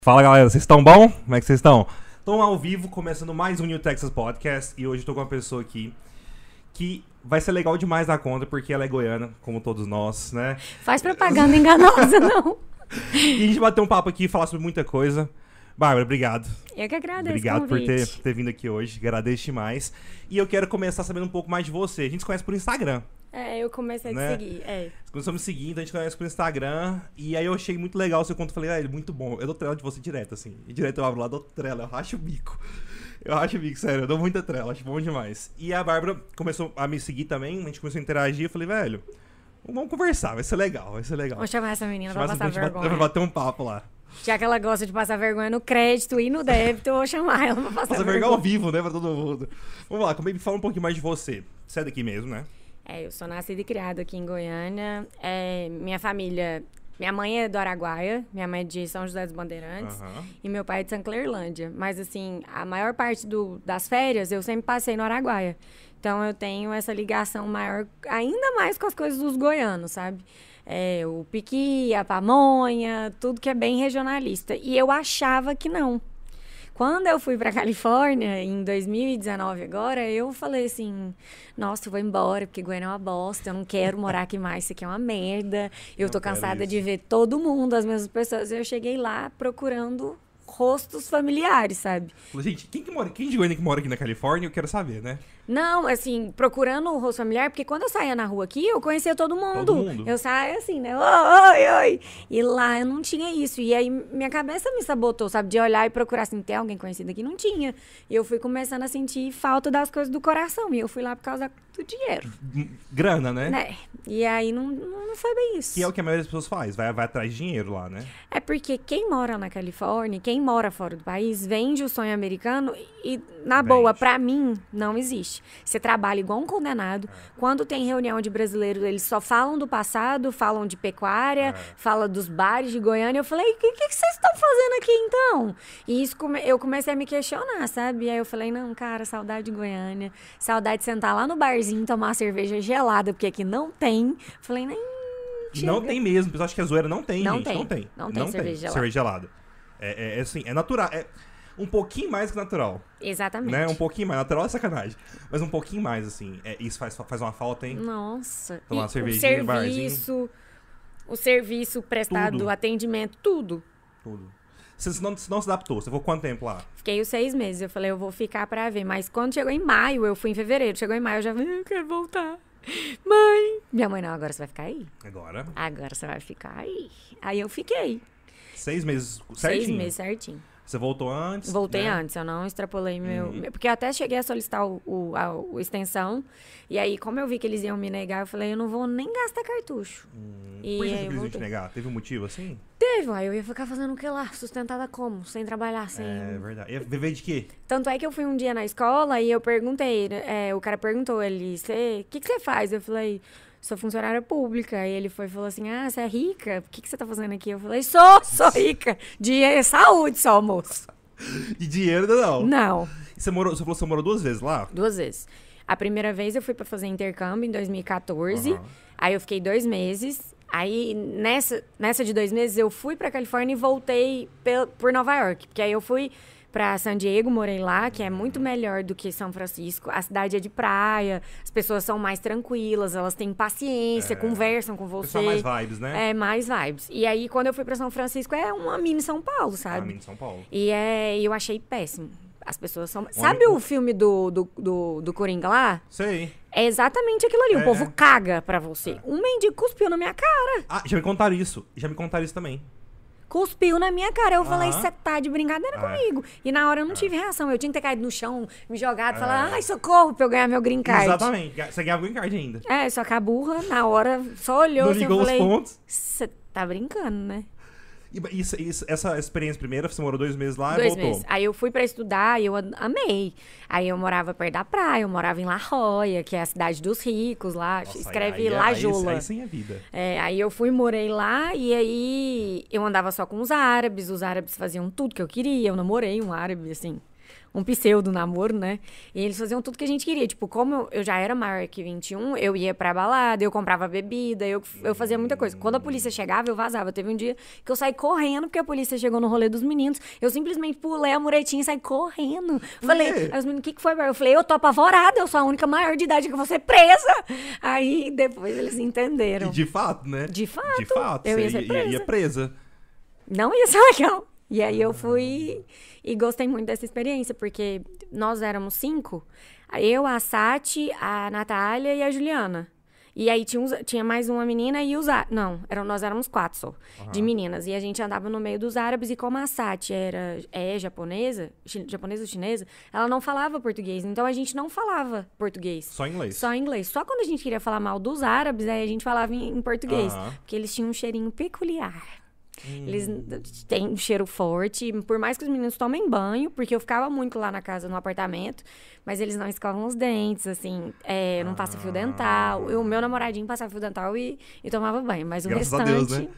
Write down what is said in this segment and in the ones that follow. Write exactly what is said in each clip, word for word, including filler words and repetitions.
Fala galera, vocês estão bom? Como é que vocês estão? Estão ao vivo, começando mais um New Texas Podcast. E hoje estou com uma pessoa aqui que vai ser legal demais na conta, porque ela é goiana, como todos nós, né? Faz propaganda enganosa, não. E a gente bateu um papo aqui e falar sobre muita coisa. Bárbara, obrigado. Eu que agradeço. Obrigado por ter, por ter vindo aqui hoje, agradeço demais. E eu quero começar sabendo um pouco mais de você. A gente se conhece por Instagram. É, eu comecei né? a te seguir, é. Começamos a seguir, então a gente conhece por Instagram. E aí eu achei muito legal o seu conto. Falei, ah, ele é muito bom. Eu dou trela de você direto, assim. E direto eu abro lá, dou trela, eu racho o bico. Eu racho o bico, sério, eu dou muita trela, acho bom demais. E a Bárbara começou a me seguir também, a gente começou a interagir. Eu falei, velho, vamos conversar, vai ser legal, vai ser legal. Vou chamar essa menina pra Chamar passar essa vergonha. Vai bater um papo lá. Já que ela gosta de passar vergonha no crédito e no débito, eu vou chamar ela pra passar Passa vergonha. vergonha ao vivo, né, pra todo mundo. Vamos lá, como é que fala um pouquinho mais de você? Você é daqui mesmo, né? É, eu sou nascida e criada aqui em Goiânia. É, minha família... Minha mãe é do Araguaia, minha mãe é de São José dos Bandeirantes, Uhum. e meu pai é de Sanclerlândia. Mas, assim, a maior parte do, das férias eu sempre passei no Araguaia. Então, eu tenho essa ligação maior, ainda mais com as coisas dos goianos, sabe? É, o piqui, a pamonha, tudo que é bem regionalista. E eu achava que não. Quando eu fui pra Califórnia, em dois mil e dezenove agora, eu falei assim, nossa, eu vou embora, porque Goiânia é uma bosta, eu não quero morar aqui mais, isso aqui é uma merda, eu Não tô quero cansada isso. de ver todo mundo, as mesmas pessoas. Eu cheguei lá procurando rostos familiares, sabe? Falei, gente, quem, que mora, quem de Goiânia que mora aqui na Califórnia, eu quero saber, né? Não, assim, procurando o rosto familiar, porque quando eu saía na rua aqui, eu conhecia todo mundo. Todo mundo. Eu saía assim, né? Oi, oi, oi. E lá eu não tinha isso. E aí minha cabeça me sabotou, sabe? De olhar e procurar assim, tem alguém conhecido aqui? Não tinha. E eu fui começando a sentir falta das coisas do coração. E eu fui lá por causa do dinheiro. Grana, né? Né? E aí não, não foi bem isso. Que é o que a maioria das pessoas faz, vai, vai atrás de dinheiro lá, né? É porque quem mora na Califórnia, quem mora fora do país, vende o sonho americano e, na Vende. boa, pra mim, não existe. Você trabalha igual um condenado. Quando tem reunião de brasileiros, eles só falam do passado, falam de pecuária, É. falam dos bares de Goiânia. Eu falei, o que, que vocês estão fazendo aqui, então? E isso come- eu comecei a me questionar, sabe? E aí eu falei, não, cara, saudade de Goiânia. Saudade de sentar lá no barzinho, tomar uma cerveja gelada, porque aqui não tem. Falei, nem... Não chega. tem mesmo, o pessoal acha que a zoeira não tem, Não gente. tem. Não tem. Não tem cerveja gelada. cerveja gelada. É, é, é assim, é natural. É um pouquinho mais que natural. Exatamente. Né? Um pouquinho mais. Natural é sacanagem. Mas um pouquinho mais, assim. É, isso faz, faz uma falta, hein? Nossa. Tomar E uma cervejinha, o barzinho. serviço, o serviço prestado, Tudo. o atendimento, tudo. Tudo. Você não, você não se adaptou. Você ficou quanto tempo lá? Fiquei os seis meses. Eu falei, eu vou ficar pra ver. Mas quando chegou em maio, eu fui em fevereiro. Chegou em maio, eu já falei, eu quero voltar. Mãe. Minha mãe, não, agora você vai ficar aí. Agora? Agora você vai ficar aí. Aí eu fiquei. Seis meses certinho? Seis meses certinho. Você voltou antes? Voltei né? antes, eu não extrapolei meu... Uhum. Porque eu até cheguei a solicitar o, o, a o extensão. E aí, como eu vi que eles iam me negar, eu falei, eu não vou nem gastar cartucho. Hum. E Por que aí você eu quis te voltei. negar? Teve um motivo assim? Teve, aí eu ia ficar fazendo o que lá? Sustentada como? Sem trabalhar, sem... É verdade. Ia viver de quê? Tanto é que eu fui um dia na escola e eu perguntei, é, o cara perguntou, ele, o que, que você faz? Eu falei, sou funcionária pública. E ele foi e falou assim, ah, você é rica? O que, que você tá fazendo aqui? Eu falei, sou, sou rica. De saúde só, moço. De dinheiro não. Não, E você, morou, você falou que você morou duas vezes lá? duas vezes. A primeira vez eu fui pra fazer intercâmbio em dois mil e quatorze. Aham. Aí eu fiquei dois meses. Aí, nessa, nessa de dois meses, eu fui pra Califórnia e voltei pel- por Nova York. Porque aí eu fui pra San Diego, morei lá, que é muito melhor do que São Francisco. A cidade é de praia, as pessoas são mais tranquilas, elas têm paciência, É. conversam com você. Pessoal mais vibes, né? É, mais vibes. E aí, quando eu fui pra São Francisco, é uma mini São Paulo, Ah, sabe? mim de São Paulo. E é, eu achei péssimo. As pessoas são... Sabe o filme do, do, do, do Coringa lá? Sei. É exatamente aquilo ali. É. O povo caga pra você. Um mendigo cuspiu na minha cara. Ah, já me contaram isso. Já me contaram isso também. Cuspiu na minha cara. Eu falei, Aham. você tá de brincadeira É. comigo. E na hora eu não tive reação. Eu tinha que ter caído no chão, me jogado, É. falar, ai, socorro, pra eu ganhar meu green card. Exatamente. Você ganhava green card ainda. É, só que a burra, na hora, só olhou Não assim, eu ligou os falei, pontos. você tá brincando, né? E isso, isso- essa experiência primeira, você morou dois meses lá e Dois voltou. meses. Aí eu fui pra estudar e eu am- amei. Aí eu morava perto da praia, eu morava em La Jolla, que é a cidade dos ricos lá. Nossa, Escreve aí, aí, La aí, Jolla. Aí sim é vida. É, aí eu fui, morei lá e aí eu andava só com os árabes. Os árabes faziam tudo que eu queria. Eu namorei um árabe, assim. um pseudo namoro, né? E eles faziam tudo que a gente queria. Tipo, como eu, eu já era maior que vinte e um, eu ia pra balada, eu comprava bebida, eu, eu fazia muita coisa. Quando a polícia chegava, eu vazava. Teve um dia que eu saí correndo, porque a polícia chegou no rolê dos meninos. Eu simplesmente pulei a muretinha e saí correndo. Falei, aí os meninos, o que, que foi? Eu falei, eu tô apavorada, eu sou a única maior de idade que vou ser presa. Aí depois eles entenderam. E de fato, né? De fato. De fato. Eu ia Você ser presa. ia presa. Não ia ser legal. E aí eu fui e gostei muito dessa experiência, porque nós éramos cinco. Eu, a Sati, a Natália e a Juliana. E aí tinha, uns, tinha mais uma menina e os árabes. Não, eram, nós éramos quatro só, uhum. de meninas. E a gente andava no meio dos árabes. E como a Sati era, é japonesa, chi, japonesa ou chinesa, ela não falava português. Então a gente não falava português. Só inglês. Só inglês. Só quando a gente queria falar mal dos árabes, aí a gente falava em, em português. Uhum. Porque eles tinham um cheirinho peculiar. Hum. Eles têm um cheiro forte, por mais que os meninos tomem banho, porque eu ficava muito lá na casa, no apartamento, mas eles não escovam os dentes, assim, é, não passa fio dental. E o meu namoradinho passava fio dental e, e tomava banho, mas o Graças restante... a Deus, né?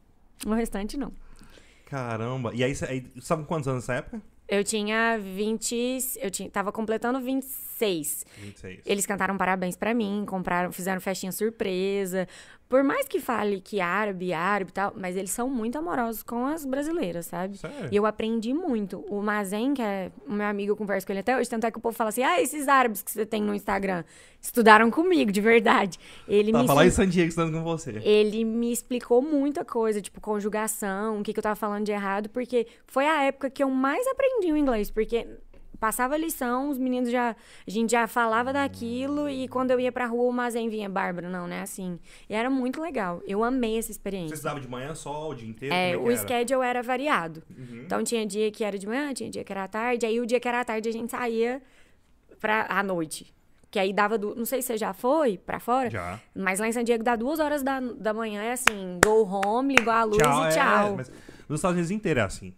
O restante, não. Caramba. E aí, aí sabe quantos anos nessa época? Eu tinha vinte... Eu tinha, tava completando vinte e seis. vinte e seis. Eles cantaram parabéns pra mim, compraram, fizeram festinha surpresa. Por mais que fale que árabe, árabe e tal, mas eles são muito amorosos com as brasileiras, sabe? Sério? E eu aprendi muito. O Mazen, que é o meu amigo, eu converso com ele até hoje, tanto é que o povo fala assim, ah, esses árabes que você tem no Instagram, estudaram comigo, de verdade. Ele Tava me lá em San Diego estudando com você. Ele me explicou muita coisa, tipo, conjugação, o que, que eu tava falando de errado, porque foi a época que eu mais aprendi o inglês, porque... Passava a lição, os meninos já... A gente já falava daquilo e quando eu ia pra rua, o Mazen vinha, Bárbara, não, né? Assim. E era muito legal. Eu amei essa experiência. Você estudava de manhã só, o dia inteiro? É, Como o é que era? schedule era variado. Uhum. Então, tinha dia que era de manhã, tinha dia que era à tarde. Aí, o dia que era à tarde, a gente saía pra, à noite. Que aí dava... Du... Não sei se você já foi pra fora. Já. Mas lá em San Diego, dá duas horas da, da manhã, é assim, go home, ligou a luz Tchau, e tchau. É, mas nos Estados Unidos inteiro é assim.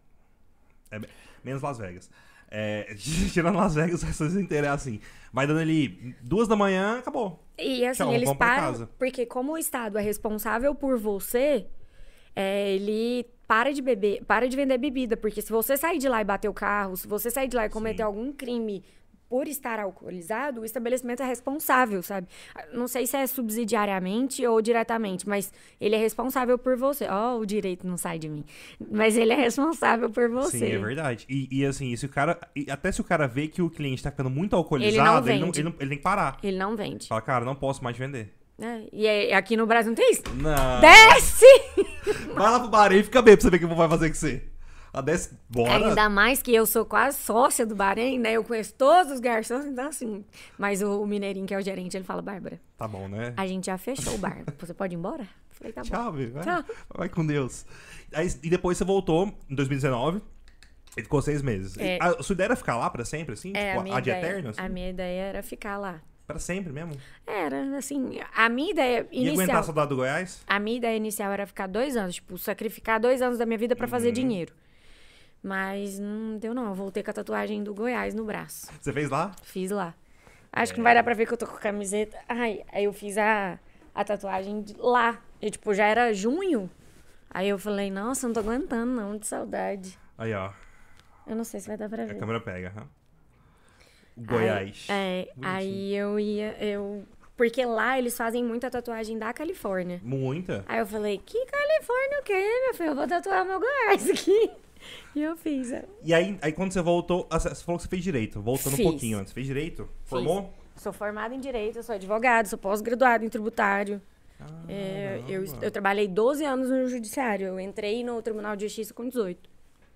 É, menos Las Vegas. É, tirando Las Vegas, as coisas inteiras é assim. Vai dando ali duas da manhã, acabou. E assim, Tchau, eles vamos pra param, casa. porque como o Estado é responsável por você, é, ele para de beber, para de vender bebida, porque se você sair de lá e bater o carro, se você sair de lá e cometer Sim. algum crime por estar alcoolizado, o estabelecimento é responsável, sabe? Não sei se é subsidiariamente ou diretamente, mas ele é responsável por você. Ó, oh, o direito não sai de mim. Mas ele é responsável por você. Sim, é verdade. E, e assim, se o cara, e até se o cara vê que o cliente tá ficando muito Ele não alcoolizado, ele não, vende. ele, não, ele tem que parar. Ele não vende. Fala, cara, não posso mais vender. É, e é, aqui no Brasil não tem isso? Não. Desce! Vai lá pro bar aí e fica bem pra você ver o que vai fazer com você. A desce, bora. Ainda mais que eu sou quase sócia do Bahrein, né? Eu conheço todos os garçons, então assim... Mas o, o mineirinho, que é o gerente, ele fala, Bárbara, Tá bom, né? a gente já fechou o bar. Você pode ir embora? Eu falei, tá Tchau, bom. velho. Vai, Tchau. vai com Deus. Aí, e depois você voltou em dois mil e dezenove e ficou seis meses. É. A sua ideia era ficar lá pra sempre, assim? É, tipo, a minha de ideia, eterno, assim? a minha ideia era ficar lá. Pra sempre mesmo? Era, assim, a minha ideia E aguentar a inicial... saudade do Goiás? A minha ideia inicial era ficar dois anos, tipo, sacrificar dois anos da minha vida pra fazer Uhum. dinheiro. Mas não deu, não. Eu voltei com a tatuagem do Goiás no braço. Você fez lá? Fiz lá. Acho que não vai dar pra ver que eu tô com a camiseta. Ai, aí eu fiz a, a tatuagem de lá. E, tipo, já era junho. Aí eu falei, nossa, não tô aguentando, não, de saudade. Aí, ó. Eu não sei se vai dar pra A ver. câmera pega. Huh? O Goiás. Aí, é, Bonitinho. aí eu ia... Eu... Porque lá eles fazem muita tatuagem da Califórnia. Muita. Aí eu falei, que Califórnia o quê, meu filho? Eu vou tatuar meu Goiás aqui. E eu fiz. é. E aí, aí quando você voltou, ah, você falou que você fez direito. Voltando Fiz. um pouquinho antes. Fez direito? Formou? Sou formada em Direito, eu sou advogada, sou pós-graduada em tributário. Ah, É, eu, caramba. eu trabalhei doze anos no judiciário. Eu entrei no Tribunal de Justiça com dezoito.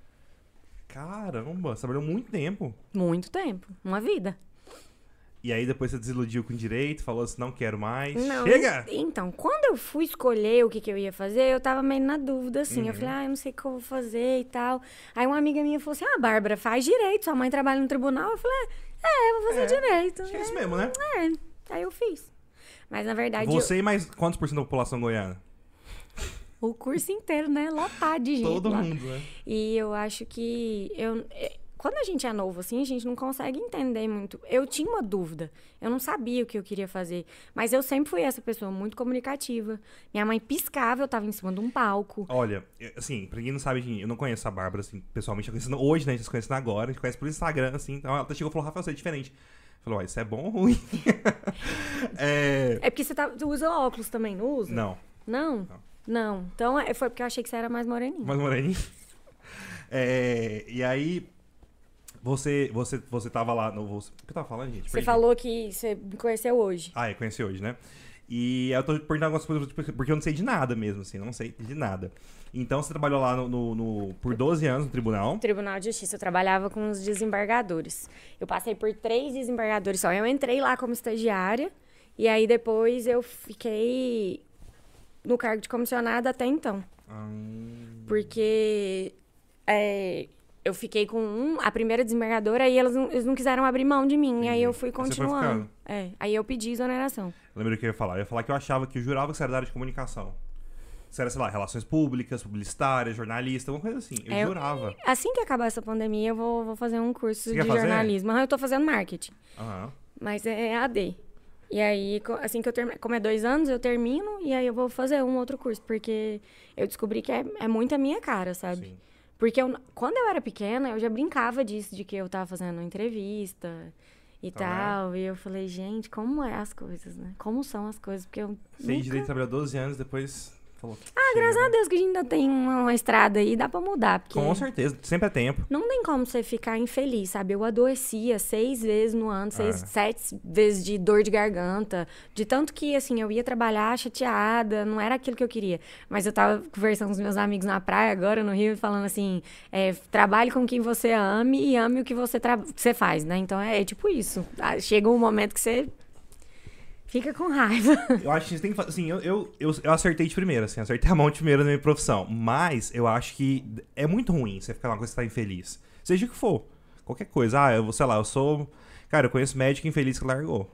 Caramba, você trabalhou muito tempo. Muito tempo. Uma vida. E aí depois você desiludiu com direito, falou assim, não quero mais. Não, Chega! Então, quando eu fui escolher o que, que eu ia fazer, eu tava meio na dúvida, assim. Uhum. Eu falei, ah, eu não sei o que eu vou fazer e tal. Aí uma amiga minha falou assim, ah, Bárbara, faz direito, sua mãe trabalha no tribunal. Eu falei, é, eu vou fazer É, direito. acho que é isso mesmo, né? É, aí eu fiz. Mas, na verdade, Você e mais quantos por cento da população goiana? eu- o curso inteiro, né, lotado de gente Todo lá. mundo, né? E eu acho que... Eu, é, quando a gente é novo, assim, a gente não consegue entender muito. Eu tinha uma dúvida. Eu não sabia o que eu queria fazer. Mas eu sempre fui essa pessoa muito comunicativa. Minha mãe piscava, eu tava em cima de um palco. Olha, assim, pra quem não sabe, eu não conheço a Bárbara, assim, pessoalmente. Eu conheço hoje, né? A gente se conhece agora. A gente conhece pelo Instagram, assim. Então ela chegou e falou, Rafael, você é diferente. Falou, ó, isso é bom ou ruim? é... é porque você, tá, você usa óculos também, não usa? Não. Não? Não. Não. Então é, foi porque eu achei que você era mais moreninho. Mais moreninho? É, e aí... Você, você, você tava lá no... O que eu tava falando, gente? Você Perdi. falou que você me conheceu hoje. Ah, é, conheci hoje, né? E eu tô perguntando algumas coisas porque eu não sei de nada mesmo, assim. Não sei de nada. Então, você trabalhou lá no, no, no, por doze anos no tribunal? Tribunal de Justiça. Eu trabalhava com os desembargadores. Eu passei por três desembargadores só. Eu entrei lá como estagiária. E aí, depois, eu fiquei no cargo de comissionada até então. Hum. Porque... É, eu fiquei com um, a primeira desembargadora, e eles não, eles não quiseram abrir mão de mim. Entendi. Aí eu fui continuando. É, aí eu pedi exoneração. Lembra do que eu ia falar? Eu ia falar que eu achava que eu jurava que você era da área de comunicação. Você era, sei lá, relações públicas, publicitária, jornalista, alguma coisa assim. Eu é, jurava. Assim que acabar essa pandemia, eu vou, vou fazer um curso você de jornalismo. Eu tô fazendo marketing. Uhum. Mas é A D. E aí, assim que eu termino, como é dois anos, eu termino, e aí eu vou fazer um outro curso. Porque eu descobri que é, é muito a minha cara, sabe? Sim. Porque eu, quando eu era pequena, eu já brincava disso, de que eu tava fazendo uma entrevista e tá tal. Bem. E eu falei, gente, como é as coisas, né? Como são as coisas? Porque eu Fez nunca... direito, trabalhou doze anos, depois falou... Ah, graças né? a Deus que a gente ainda tem uma, uma estrada aí, dá pra mudar. Porque com certeza, sempre é tempo. Não tem como você ficar infeliz, sabe? Eu adoecia seis vezes no ano, seis, ah. sete vezes de dor de garganta. De tanto que, assim, eu ia trabalhar chateada, não era aquilo que eu queria. Mas eu tava conversando com os meus amigos na praia agora, no Rio, falando assim, é, trabalhe com quem você ame e ame o que você, tra... que você faz, né? Então, é, é tipo isso. Chega um momento que você... fica com raiva. Eu acho que você tem que fazer... Assim, eu, eu, eu, eu acertei de primeira, assim. Acertei a mão de primeira na minha profissão. Mas eu acho que é muito ruim você ficar uma coisa que você tá infeliz. Seja o que for. Qualquer coisa. Ah, eu, sei lá, eu sou... Cara, eu conheço médico infeliz que largou.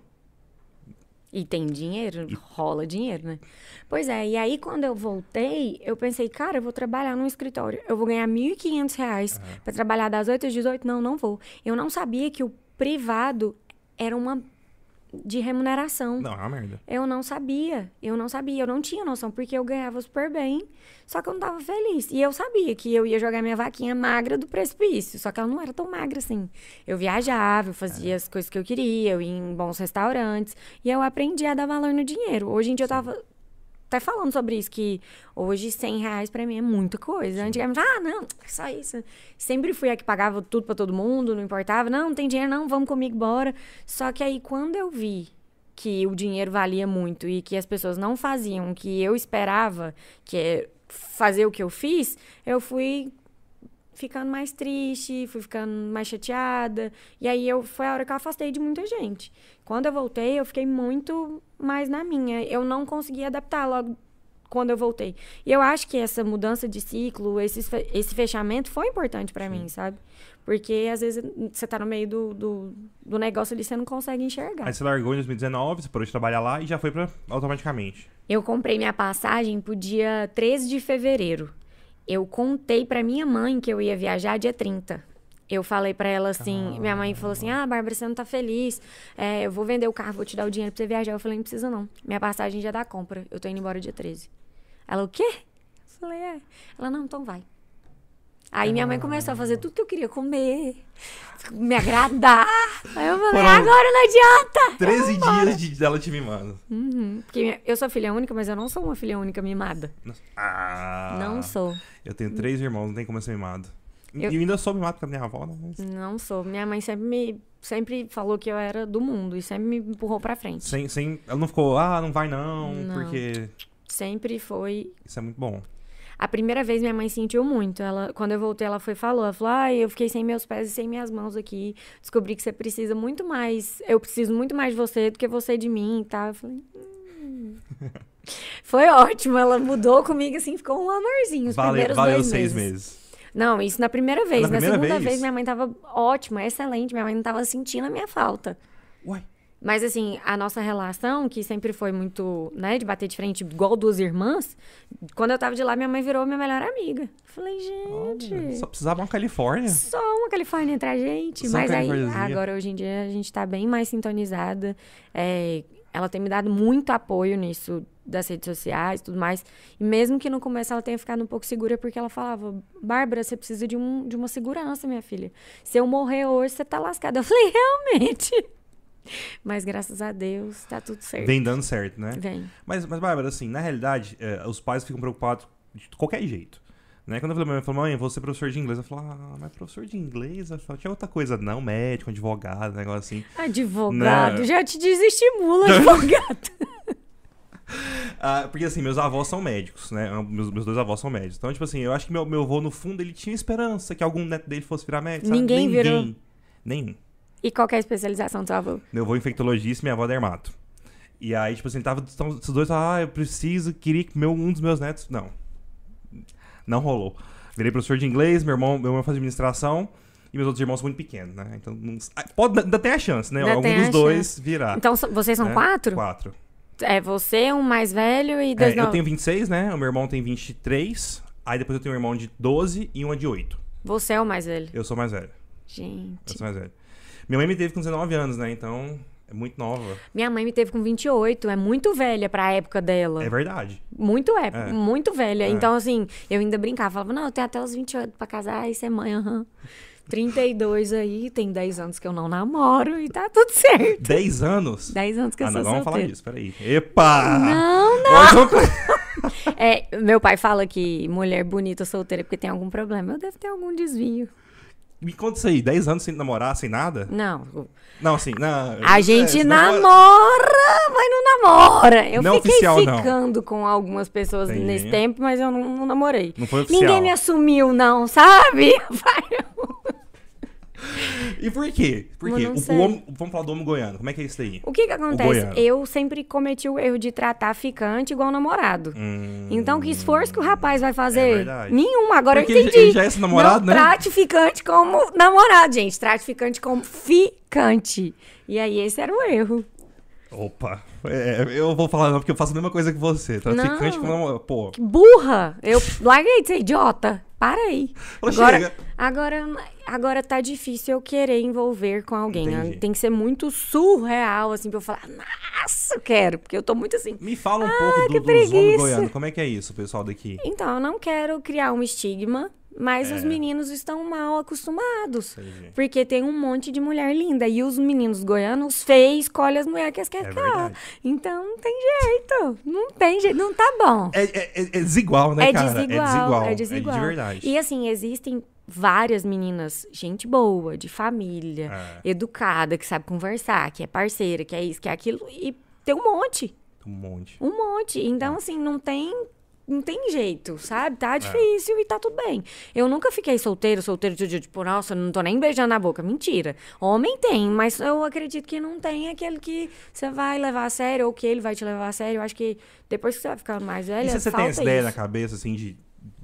E tem dinheiro? E... rola dinheiro, né? Pois é. E aí, quando eu voltei, eu pensei, cara, eu vou trabalhar num escritório. Eu vou ganhar mil e quinhentos reais uhum. pra trabalhar das oito às dezoito? Não, não vou. Eu não sabia que o privado era uma... de remuneração. Não, é uma merda. Eu não sabia. Eu não sabia. Eu não tinha noção, porque eu ganhava super bem, só que eu não tava feliz. E eu sabia que eu ia jogar minha vaquinha magra do precipício, só que ela não era tão magra assim. Eu viajava, eu fazia é. as coisas que eu queria, eu ia em bons restaurantes, e eu aprendi a dar valor no dinheiro. Hoje em dia Sim. eu tava até falando sobre isso, que hoje cem reais pra mim é muita coisa. Sim. Antigamente, ah, não, só isso. Sempre fui a que pagava tudo pra todo mundo, não importava. Não, não tem dinheiro, não, vamos comigo, bora. Só que aí, quando eu vi que o dinheiro valia muito e que as pessoas não faziam o que eu esperava, que é fazer o que eu fiz, eu fui ficando mais triste, fui ficando mais chateada. E aí, eu, foi a hora que eu afastei de muita gente. Quando eu voltei, eu fiquei muito mais na minha. Eu não consegui adaptar logo quando eu voltei. E eu acho que essa mudança de ciclo, esse, esse fechamento foi importante pra Sim. mim, sabe? Porque, às vezes, você tá no meio do, do, do negócio ali, você não consegue enxergar. Aí você largou em dois mil e dezenove, você parou de trabalhar lá e já foi pra automaticamente. Eu comprei minha passagem pro dia treze de fevereiro. Eu contei pra minha mãe que eu ia viajar dia trinta. Eu falei pra ela assim, ah. minha mãe falou assim, ah, Bárbara, você não tá feliz, é, eu vou vender o carro, vou te dar o dinheiro pra você viajar. Eu falei, não precisa não, minha passagem já dá compra, eu tô indo embora dia treze. Ela, o quê? Eu falei, é. Ela, não, então vai. Aí minha mãe começou a fazer tudo que eu queria comer, me agradar. Aí eu falei, Foram agora não adianta. treze dias de, dela te mimando. Uhum. Porque minha, eu sou filha única, mas eu não sou uma filha única mimada. Ah, não sou. Eu tenho três irmãos, não tem como eu ser mimado. Eu... E eu ainda sou mimado com a minha avó, né? Mas... Não sou. Minha mãe sempre me sempre falou que eu era do mundo e sempre me empurrou pra frente. Sem, sem... Ela não ficou, ah, não vai não, não, porque... Sempre foi... Isso é muito bom. A primeira vez minha mãe sentiu muito. Ela, quando eu voltei, ela foi e falou. Ela falou, ah, eu fiquei sem meus pés e sem minhas mãos aqui. Descobri que você precisa muito mais... Eu preciso muito mais de você do que você de mim e tal. Eu falei... Hum. Foi ótimo. Ela mudou comigo, assim, ficou um amorzinho os Valeu, primeiros valeu dois seis meses. meses. Não, isso na primeira vez. Na, na primeira segunda vez? vez, minha mãe tava ótima, excelente. Minha mãe não tava sentindo a minha falta. Uai. Mas, assim, a nossa relação, que sempre foi muito, né, de bater de frente, igual duas irmãs, quando eu tava de lá, minha mãe virou minha melhor amiga. Falei, gente... Olha, só precisava uma Califórnia. Só uma Califórnia entre a gente. Só Mas aí, Califórniazinha. agora, hoje em dia, a gente tá bem mais sintonizada. É, ela tem me dado muito apoio nisso, das redes sociais e tudo mais. E mesmo que no começo ela tenha ficado um pouco segura, porque ela falava, Bárbara, você precisa de, um, de uma segurança, minha filha. Se eu morrer hoje, você tá lascada. Eu falei, realmente... Mas, graças a Deus, tá tudo certo. Vem dando certo, né? Vem. Mas, mas Bárbara, assim, na realidade, é, os pais ficam preocupados de qualquer jeito. Né? Quando eu falei, mãe, eu falei, mãe, vou ser professor de inglês. Eu falei, ah, mas professor de inglês? Eu falei, tinha outra coisa, não, médico, advogado, negócio assim. Advogado, não. Já te desestimula, advogado. ah, porque, assim, meus avós são médicos, né? Meus, meus dois avós são médicos. Então, tipo assim, eu acho que meu, meu avô, no fundo, ele tinha esperança que algum neto dele fosse virar médico. Sabe? Ninguém Ninguém virou. Nenhum. E qual que é a especialização do seu avô? Meu avô é infectologista e minha avó é dermato. E aí, tipo assim, tava, tava esses dois, ah, eu preciso, queria que meu, um dos meus netos... Não. Não rolou. Virei professor de inglês, meu irmão, meu irmão faz administração e meus outros irmãos são muito pequenos, né? Então, não, pode, ainda tem a chance, né? Ainda Algum tem dos a dois chance. virar. Então, so- vocês são né? quatro? Quatro. É você, um mais velho e dois É, eu novos. tenho vinte e seis, né? O meu irmão tem vinte e três. Aí depois eu tenho um irmão de doze e uma de oito. Você é o mais velho. Eu sou mais velho. Gente. Eu sou mais velho. Minha mãe me teve com dezenove anos, né? Então, é muito nova. Minha mãe me teve com vinte e oito. É muito velha pra época dela. É verdade. Muito é, É. muito velha. É. Então, assim, eu ainda brincava. Falava, não, eu tenho até os vinte e oito pra casar. Isso é mãe, aham. trinta e dois aí, tem dez anos que eu não namoro e tá tudo certo. dez anos? dez anos que eu ah, sou não, vamos falar solteira. disso, peraí. Epa! Não, não. Nós vamos- É, meu pai fala que mulher bonita solteira é porque tem algum problema. Eu devo ter algum desvio. Me conta isso aí, dez anos sem namorar, sem nada? Não. Não, assim, não. A é, gente você namora, mas não namora. Eu Não fiquei oficial, não. ficando com algumas pessoas Entendi. nesse tempo, mas eu não, não namorei. Não foi oficial. Ninguém me assumiu, não, sabe? E por quê? Por Eu quê? não O, sei. o homem, vamos falar do homem goiano. Como é que é isso daí? O que que acontece? goiano. Eu sempre cometi o erro de tratar ficante igual namorado. Hum, Então, que esforço que o rapaz vai é fazer? verdade. Nenhum, agora Porque eu ele entendi. já- ele já é esse namorado, Não né? trate ficante como namorado, gente. Trate ficante como ficante. E aí, esse era o erro. Opa. É, eu vou falar não, porque eu faço a mesma coisa que você. Traficante Não. com namorado. Pô. Burra! Eu larguei de ser idiota. Para aí. Fala, Agora, chega. agora, agora tá difícil eu querer envolver com alguém. Entendi. Tem que ser muito surreal, assim, pra eu falar, nossa, eu quero. Porque eu tô muito assim. Me fala um Ah, pouco que do, dos homens preguiça. goianos. Como é que é isso, pessoal daqui? Então, eu não quero criar um estigma, mas É. os meninos estão mal acostumados. Entendi. Porque tem um monte de mulher linda. E os meninos goianos feios escolhem as mulheres que eles querem É ficar. verdade. Então, não tem jeito. Não tem jeito. Não tá bom. É, é- é- é desigual, né, É cara? desigual, é desigual. é desigual. É de verdade. E assim, existem várias meninas, gente boa, de família, É. educada, que sabe conversar, que é parceira, que é isso, que é aquilo. E tem um monte. Um monte. Um monte. Então, assim, não tem. Não tem jeito, sabe? É. Tá difícil e tá tudo bem. Eu nunca fiquei solteiro, solteiro de dia, tipo, nossa, não tô nem beijando na boca. Mentira. Homem tem, mas eu acredito que não tem aquele que você vai levar a sério ou que ele vai te levar a sério. Eu acho que depois que você vai ficando mais velha, E se você falta tem essa ideia isso. na cabeça, assim, de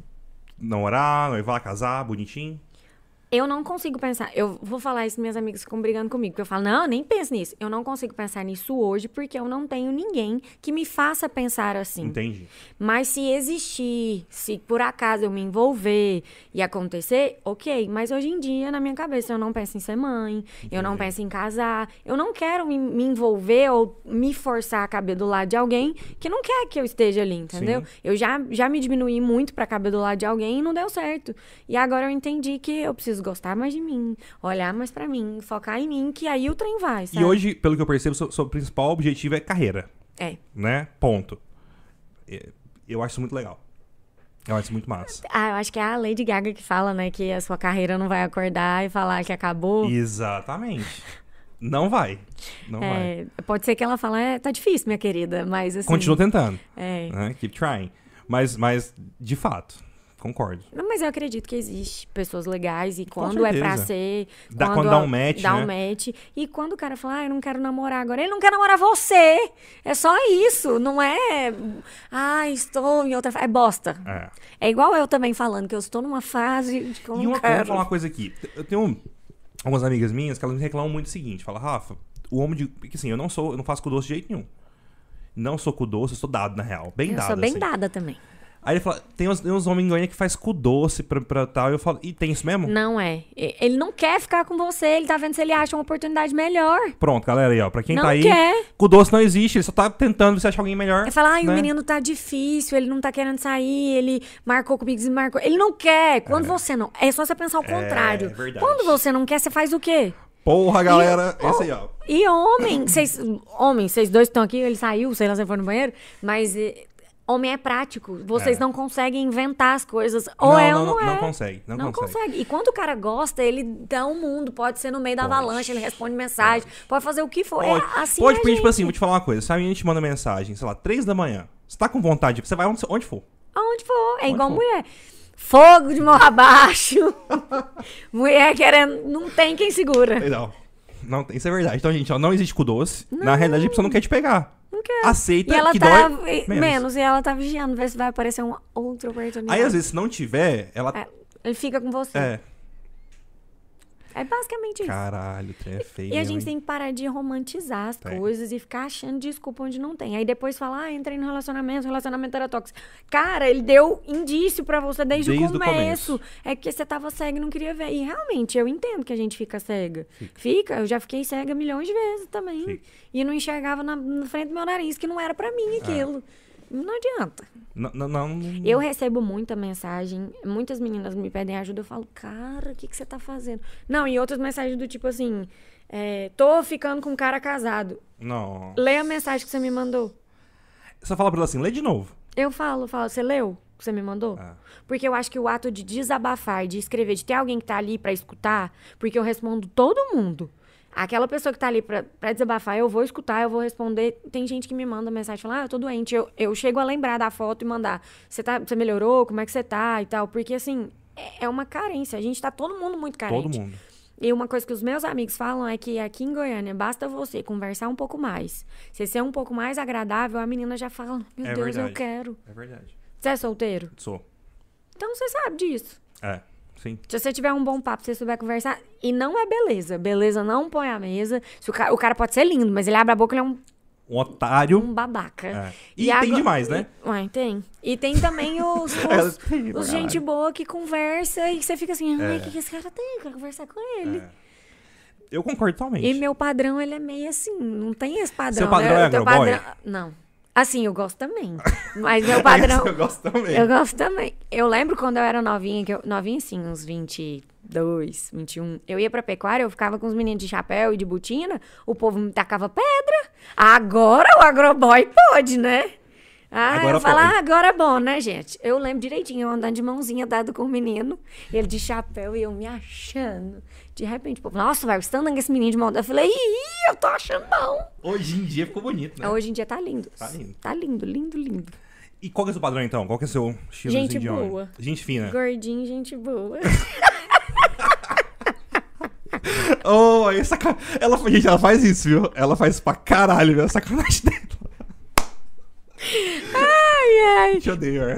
namorar, noivar, casar, bonitinho? Eu não consigo pensar. Eu vou falar isso, minhas amigas ficam brigando comigo. Porque eu falo, não, nem penso nisso. Eu não consigo pensar nisso hoje porque eu não tenho ninguém que me faça pensar assim. Entendi. Mas se existir, se por acaso eu me envolver e acontecer, ok. Mas hoje em dia, na minha cabeça, eu não penso em ser mãe, eu não Entendi. penso em casar. Eu não quero me, me envolver ou me forçar a caber do lado de alguém que não quer que eu esteja ali, entendeu? Sim. Eu já, já me diminuí muito pra caber do lado de alguém e não deu certo. E agora eu entendi que eu preciso gostar mais de mim, olhar mais pra mim, focar em mim, que aí o trem vai, sabe? E hoje, pelo que eu percebo, seu, seu principal objetivo é carreira, É. né? Ponto. É, Eu acho isso muito legal. Eu acho isso muito massa. Ah, eu acho que é a Lady Gaga que fala, né, que a sua carreira não vai acordar e falar que acabou. Exatamente. Não vai. Não vai. É, pode ser que ela fale, é, tá difícil, minha querida, mas assim... Continua tentando. É. Né? Keep trying. Mas, mas, de fato, concordo. Não, mas eu acredito que existe pessoas legais e Com quando é pra certeza. ser... Dá- quando dá um match, Dá né? um match. E quando o cara fala, ah, eu não quero namorar agora. Ele não quer namorar você. É só isso. Não é... Ah, estou em outra... fa-" É bosta. É. É igual eu também falando que eu estou numa fase de que eu E não uma, eu vou quero. falar uma coisa aqui. Eu tenho algumas amigas minhas que elas me reclamam muito o seguinte. Fala, Rafa, o homem de... Porque assim, eu não sou, eu não faço cu doce de jeito nenhum. Não sou cu doce, eu sou dado, na real. Bem eu dado, sou bem assim. dada também. Aí ele fala, tem uns, tem uns homens em Goiânia que faz cu doce pra, pra tal. E eu falo, e tem isso mesmo? Não é. E- Ele não quer ficar com você, ele tá vendo se ele acha uma oportunidade melhor. Pronto, galera aí, ó. Pra quem Não tá aí, quer. cu doce não existe. Ele só tá tentando você achar alguém melhor. Ele fala, ai, né? o menino tá difícil, ele não tá querendo sair, ele marcou comigo, desmarcou. Ele não quer. Quando você não... É só você pensar o contrário. verdade. Quando você não quer, você faz o quê? Porra, galera. E- Esse aí, ó. E homem, vocês... Homem, vocês dois estão aqui, ele saiu, sei lá se ele foi no banheiro, mas... eh, Homem é prático. Vocês É. não conseguem inventar as coisas. Ou Não, é não, ou não, não, é. não consegue, não consegue. E quando o cara gosta, ele dá um mundo. Pode ser no meio da Pode. avalanche, ele responde mensagem. Pode, fazer o que for. Pode, é assim pode é a pedir, tipo gente. assim, vou te falar uma coisa. Se a menina te manda mensagem, sei lá, três da manhã, você tá com vontade, você vai onde, onde for. Aonde for. É Onde igual for. mulher. Fogo de morro abaixo. Mulher querendo... Não tem quem segura. Não, não, isso é verdade. Então, gente, ó, não existe cu doce. Na realidade, a pessoa não quer te pegar. Não quer. Aceita E ela que tá... dói menos. menos. E ela tá vigiando, ver se vai aparecer uma outra oportunidade. Aí, às vezes, se não tiver, ela... É, ele fica com você. É. É basicamente isso. Caralho, o trem é feio. E a mesmo, gente hein? tem que parar de romantizar as Tem. coisas e ficar achando desculpa onde não tem. Aí depois falar, ah, entrei no relacionamento, o relacionamento era tóxico. Cara, ele deu indício pra você desde, Desde o o começo. começo. É que você tava cega e não queria ver. E realmente, eu entendo que a gente fica cega. Fica. Eu já fiquei cega milhões de vezes também. Fica. E não enxergava na, na frente do meu nariz, que não era pra mim aquilo. Não adianta. Não, não, não... Eu recebo muita mensagem, muitas meninas me pedem ajuda, eu falo, cara, o que, que você tá fazendo? Não, e outras mensagens do tipo assim, é, tô ficando com um cara casado. Não. Lê a mensagem que você me mandou. Só fala pra ela assim, lê de novo. Eu falo, falo, você leu o que você me mandou? Ah. Porque eu acho que o ato de desabafar, de escrever, de ter alguém que tá ali pra escutar, porque eu respondo todo mundo. Aquela pessoa que tá ali pra, pra desabafar, eu vou escutar, eu vou responder. Tem gente que me manda mensagem, fala, ah, eu tô doente. Eu, eu chego a lembrar da foto e mandar, você tá, você melhorou? Como é que você tá? E tal. Porque, assim, é, é uma carência. A gente tá todo mundo muito carente. Todo mundo. E uma coisa que os meus amigos falam é que aqui em Goiânia, basta você conversar um pouco mais. Você ser um pouco mais agradável, a menina já fala, meu É Deus, verdade. eu quero. É verdade. Você é solteiro? Sou. Então você sabe disso. É, sim. Se você tiver um bom papo, se você souber conversar. E não é beleza. Beleza não põe a mesa. Se o, cara, o cara pode ser lindo, mas ele abre a boca, ele é um, Um otário. um babaca. É. E tem demais, né? E, ué, tem. E tem também os, É, os, tem pra os caralho. gente boa que conversa e você fica assim, ai, o É. que, que esse cara tem? Eu quero conversar com ele. É. Eu concordo totalmente. E meu padrão, ele é meio assim, não tem esse padrão. Seu padrão né? é O teu agroboy? padrão- Não. Assim, eu gosto também. Mas meu padrão... Eu gosto também. Eu gosto também. Eu lembro quando eu era novinha, que eu, novinha sim, uns vinte e dois, vinte e um. Eu ia pra pecuária, eu ficava com os meninos de chapéu e de botina, o povo me tacava pedra. Agora o agroboy pode, né? Ah, Agora eu falo, pode. ah, agora é bom, né, gente? Eu lembro direitinho, eu andando de mãozinha dado com o menino, ele de chapéu e eu me achando. De repente, o povo, nossa, vai, você tá andando com esse menino de mão dada? Eu falei, ih, eu tô achando bom. Hoje em dia ficou bonito, né? Hoje em dia tá lindo. Tá lindo. Tá lindo, lindo, lindo. E qual que é o seu padrão, então? Qual que é o seu estilo Gente de homem? boa. Gente fina. Gordinho, gente boa. Oh, aí saca... ela, gente, ela faz isso, viu? Ela faz isso pra caralho, viu? Sacanagem dela. Ai, ai. Te odeio, Ana.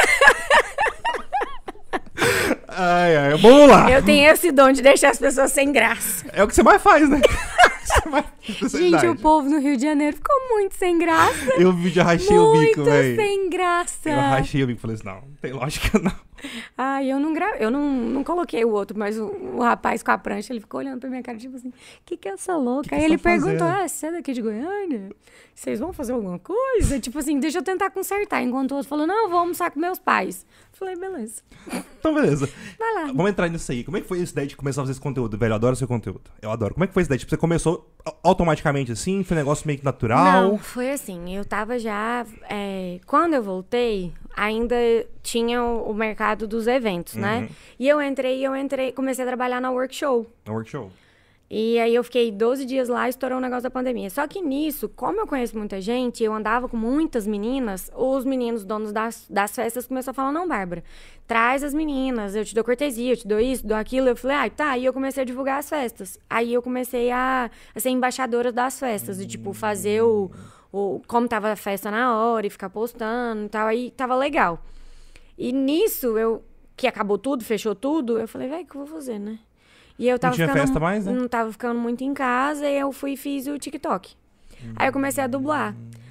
Ai, ai. Vamos lá. Eu tenho esse dom de deixar as pessoas sem graça. É o que você mais faz, né? Você mais... Gente, o povo no Rio de Janeiro ficou muito sem graça. Eu vi, já rachei o bico, Muito velho. sem graça. Eu rachei o bico e falei assim, não, não tem lógica, não. Ai, eu não gra... eu não, não coloquei o outro, mas o, o rapaz com a prancha, ele ficou olhando pra minha cara, tipo assim, o que que é essa louca? Que que Aí você ele tá fazendo? perguntou, ah, você é daqui de Goiânia? Vocês vão fazer alguma coisa? Tipo assim, deixa eu tentar consertar. Enquanto o outro falou, não, eu vou almoçar com meus pais. Falei, beleza. Então, beleza. Vai lá. Vamos entrar nisso aí. Como é que foi essa ideia de começar a fazer esse conteúdo? Velho, eu adoro seu conteúdo. Eu adoro. Como é que foi essa ideia? Tipo, você começou automaticamente assim? Foi um negócio meio que natural? Não, foi assim, eu tava já... é, quando eu voltei, ainda tinha o, o mercado dos eventos, né? Uhum. E eu entrei, eu entrei, comecei a trabalhar na Workshow. No workshop. E aí eu fiquei doze dias lá e estourou o negócio da pandemia. Só que nisso, como eu conheço muita gente, eu andava com muitas meninas, os meninos donos das, das festas começaram a falar, não, Bárbara, traz as meninas, eu te dou cortesia, eu te dou isso, dou aquilo. Eu falei, ah, tá. Aí eu comecei a divulgar as festas. Aí eu comecei a, a ser embaixadora das festas, e tipo, fazer o, o... como tava a festa na hora e ficar postando e tal. Aí tava legal. E nisso, eu... que acabou tudo, fechou tudo, eu falei, velho, o que eu vou fazer, né? E eu tava Não tinha ficando, festa mais, né? Não tava ficando muito em casa, e eu fui e fiz o TikTok. Hum. Aí eu comecei a dublar.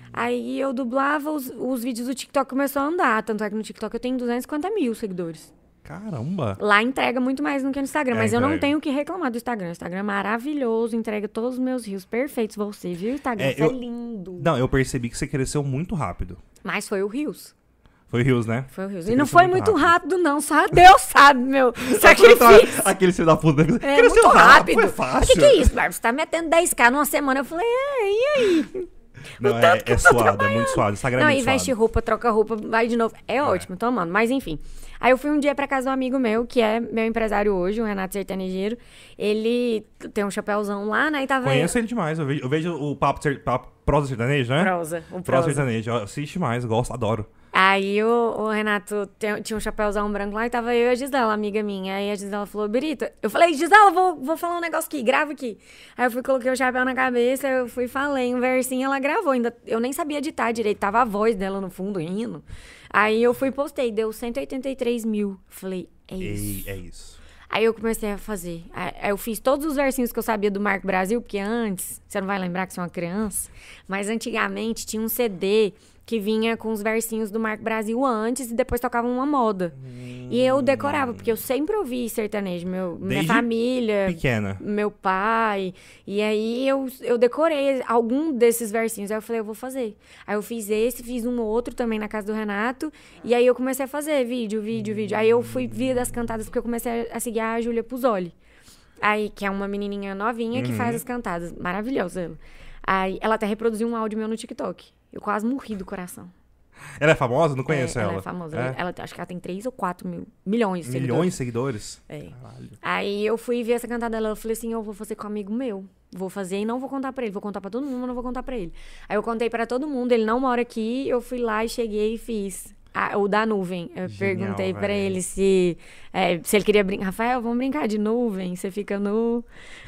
Aí eu dublava, os, os vídeos do TikTok começou a andar. Tanto é que no TikTok eu tenho duzentos e cinquenta mil seguidores. Caramba! Lá entrega muito mais do que no Instagram. É, mas eu entrega. não tenho o que reclamar do Instagram. O Instagram é maravilhoso, entrega todos os meus rios perfeitos. Você viu? O Instagram é, eu... é lindo. Não, eu percebi que você cresceu muito rápido. Mas foi o Rios. Foi o Rios, né? Foi o Rios. Você e não foi muito rápido. rápido, não. Só Deus sabe, meu. Sacrifício. Aquele filho da puta. É, cresceu muito rápido. Foi fácil. O que, que é isso, Bárbara? Você tá metendo dez k numa semana. Eu falei, é, e aí? Não, é, é suado, é muito suado. Instagram não, é muito e veste suado. roupa, troca roupa, vai de novo. É, é. ótimo, tomando. Mas enfim. Aí eu fui um dia pra casa de um amigo meu, que é meu empresário hoje, o Renato Sertanejeiro. Ele tem um chapéuzão lá, né? E tava Conheço ele demais. Eu vejo, eu vejo o papo, papo prosa sertanejo, né? Prosa. O prosa. prosa sertanejo. Eu assisto mais, gosto, adoro. Aí o, o Renato tem, tinha um chapéuzão branco lá e tava eu e a Gisela, amiga minha. Aí a Gisela falou, Birita, eu falei, Gisela, vou, vou falar um negócio aqui, grava aqui. Aí eu fui, coloquei o chapéu na cabeça, eu fui, falei um versinho, ela gravou. Ainda, eu nem sabia editar direito, tava a voz dela no fundo rindo. Aí eu fui e postei, deu cento e oitenta e três mil. Falei, é isso. Ei, é isso. Aí eu comecei a fazer. Aí eu fiz todos os versinhos que eu sabia do Marco Brasil, porque antes, você não vai lembrar que você é uma criança, mas antigamente tinha um C D que vinha com os versinhos do Marco Brasil antes e depois tocava uma moda. Hum. E eu decorava, porque eu sempre ouvi sertanejo. Meu, minha família, pequena. Meu pai. E aí eu, eu decorei algum desses versinhos. Aí eu falei, eu vou fazer. Aí eu fiz esse, fiz um outro também na casa do Renato. E aí eu comecei a fazer vídeo, vídeo, vídeo. Aí eu fui vir das cantadas, porque eu comecei a seguir a Júlia Puzoli. Aí, que é uma menininha novinha que uhum. faz as cantadas. Maravilhosa ela. Aí ela até reproduziu um áudio meu no TikTok. Eu quase morri do coração. Ela é famosa? Não conheço é, ela. Ela é famosa. É? Ela, ela, acho que ela tem três ou quatro mil, milhões de seguidores. Milhões de seguidores? É. Caralho. Aí eu fui ver essa cantada dela. Eu falei assim, eu vou fazer com um amigo meu. Vou fazer e não vou contar pra ele. Vou contar pra todo mundo, mas não vou contar pra ele. Aí eu contei pra todo mundo. Ele não mora aqui. Eu fui lá e cheguei e fiz. Ah, o da nuvem. Eu Genial, perguntei véio. pra ele se, é, se ele queria brincar. Rafael, vamos brincar de nuvem. Você fica nu.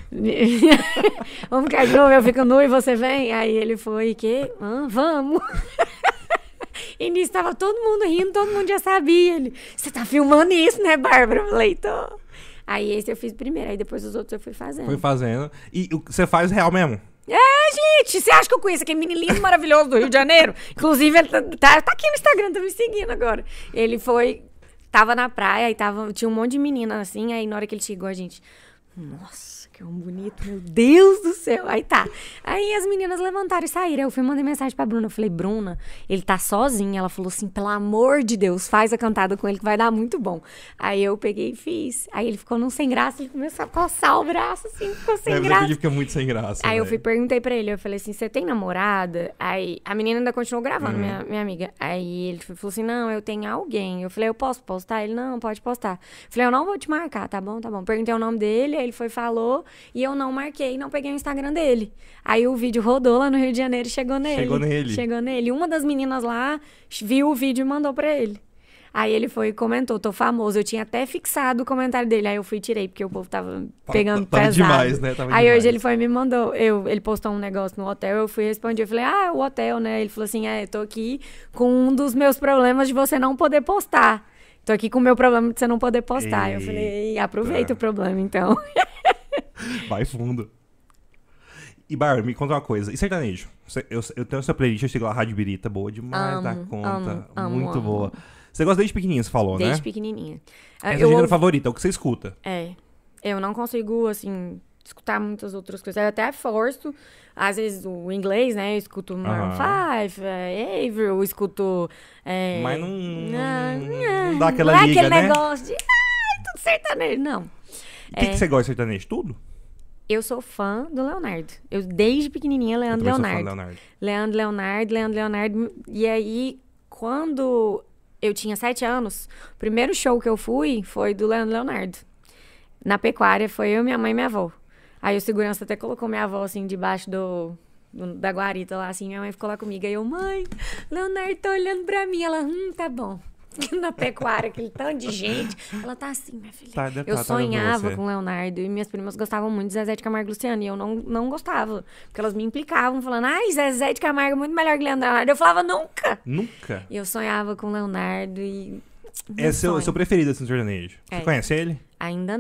Vamos brincar de nuvem. Eu fico nu e você vem. Aí ele foi, que? Ah, vamos. E nisso tava todo mundo rindo, todo mundo já sabia. Ele, você tá filmando isso, né, Bárbara? Eu falei, tô. Aí esse eu fiz primeiro, aí depois os outros eu fui fazendo. Foi fazendo. E você faz real mesmo? É, gente, você acha que eu conheço aquele menino lindo, maravilhoso do Rio de Janeiro? Inclusive, ele tá, tá, tá aqui no Instagram, tá me seguindo agora. Ele foi, tava na praia, e tava, tinha um monte de menina assim, aí na hora que ele chegou, a gente, nossa, que homem bonito, meu Deus do céu. Aí tá. Aí as meninas levantaram e saíram. Eu fui mandei mensagem pra Bruna. Eu falei, Bruna, ele tá sozinho. Ela falou assim, pelo amor de Deus, faz a cantada com ele que vai dar muito bom. Aí eu peguei e fiz. Aí ele ficou num sem graça, ele começou a coçar o braço, assim, ficou sem é, graça. Ele fica muito sem graça. Aí véio. eu fui perguntei pra ele, eu falei assim, você tem namorada? Aí a menina ainda continuou gravando, uhum. minha, minha amiga. Aí ele falou assim, não, eu tenho alguém. Eu falei, eu posso postar? Ele, não, pode postar. Eu falei, eu não vou te marcar, tá bom, tá bom. Perguntei o nome dele, aí ele foi, falou, e eu não marquei, não peguei o Instagram dele. Aí o vídeo rodou lá no Rio de Janeiro e chegou nele. Chegou nele. Chegou nele. Uma das meninas lá viu o vídeo e mandou pra ele. Aí ele foi e comentou, tô famoso. Eu tinha até fixado o comentário dele. Aí eu fui e tirei, porque o povo tava pegando tava pesado. Demais, né? Tava aí demais. hoje ele foi e me mandou. Eu, ele postou um negócio no hotel, eu fui responder. Eu falei, ah, o hotel, né? Ele falou assim, é, tô aqui com um dos meus problemas de você não poder postar. Tô aqui com o meu problema de você não poder postar. Eita. Eu falei, aproveita o problema, então. Vai fundo. E, Bárbara, me conta uma coisa. E sertanejo? Eu, eu tenho essa playlist, eu chego lá, Rádio Birita, boa demais amo, da conta. Amo, amo, muito amo. boa. Você gosta desde pequenininha, você falou, desde né? Desde pequenininha. Essa é a gênero ouv... favorita, é o que você escuta. É. Eu não consigo, assim, escutar muitas outras coisas. Eu até forço, às vezes, o inglês, né? Eu escuto Maroon five, é, Avril, eu escuto... É... Mas não, não, não, não dá aquela não liga, é aquele né? negócio de, ai, tudo sertanejo, não. O que, é... que você gosta de sertanejo? Tudo? Eu sou fã do Leonardo. Eu, desde pequenininha, Leandro eu Leonardo. Sou fã do Leonardo. Leandro Leonardo, Leandro Leonardo. E aí, quando eu tinha sete anos, o primeiro show que eu fui foi do Leandro Leonardo. Na pecuária, foi eu, minha mãe e minha avó. Aí o segurança até colocou minha avó, assim, debaixo do, do, da guarita lá, assim. Minha mãe ficou lá comigo. Aí eu, mãe, Leonardo tá olhando pra mim. Ela, hum, tá bom. Na pecuária, aquele tanto de gente. Ela tá assim, minha filha. Tá, tá, eu tá, sonhava tá com o Leonardo. E minhas primas gostavam muito de Zezé de Camargo e Luciano. E eu não, não gostava. Porque elas me implicavam, falando, ai, Zezé de Camargo é muito melhor que Leonardo. Eu falava, nunca. Nunca? E eu sonhava com o Leonardo e... É seu, seu preferido, assim, no sertanejo. É. Você conhece ele? Ainda não.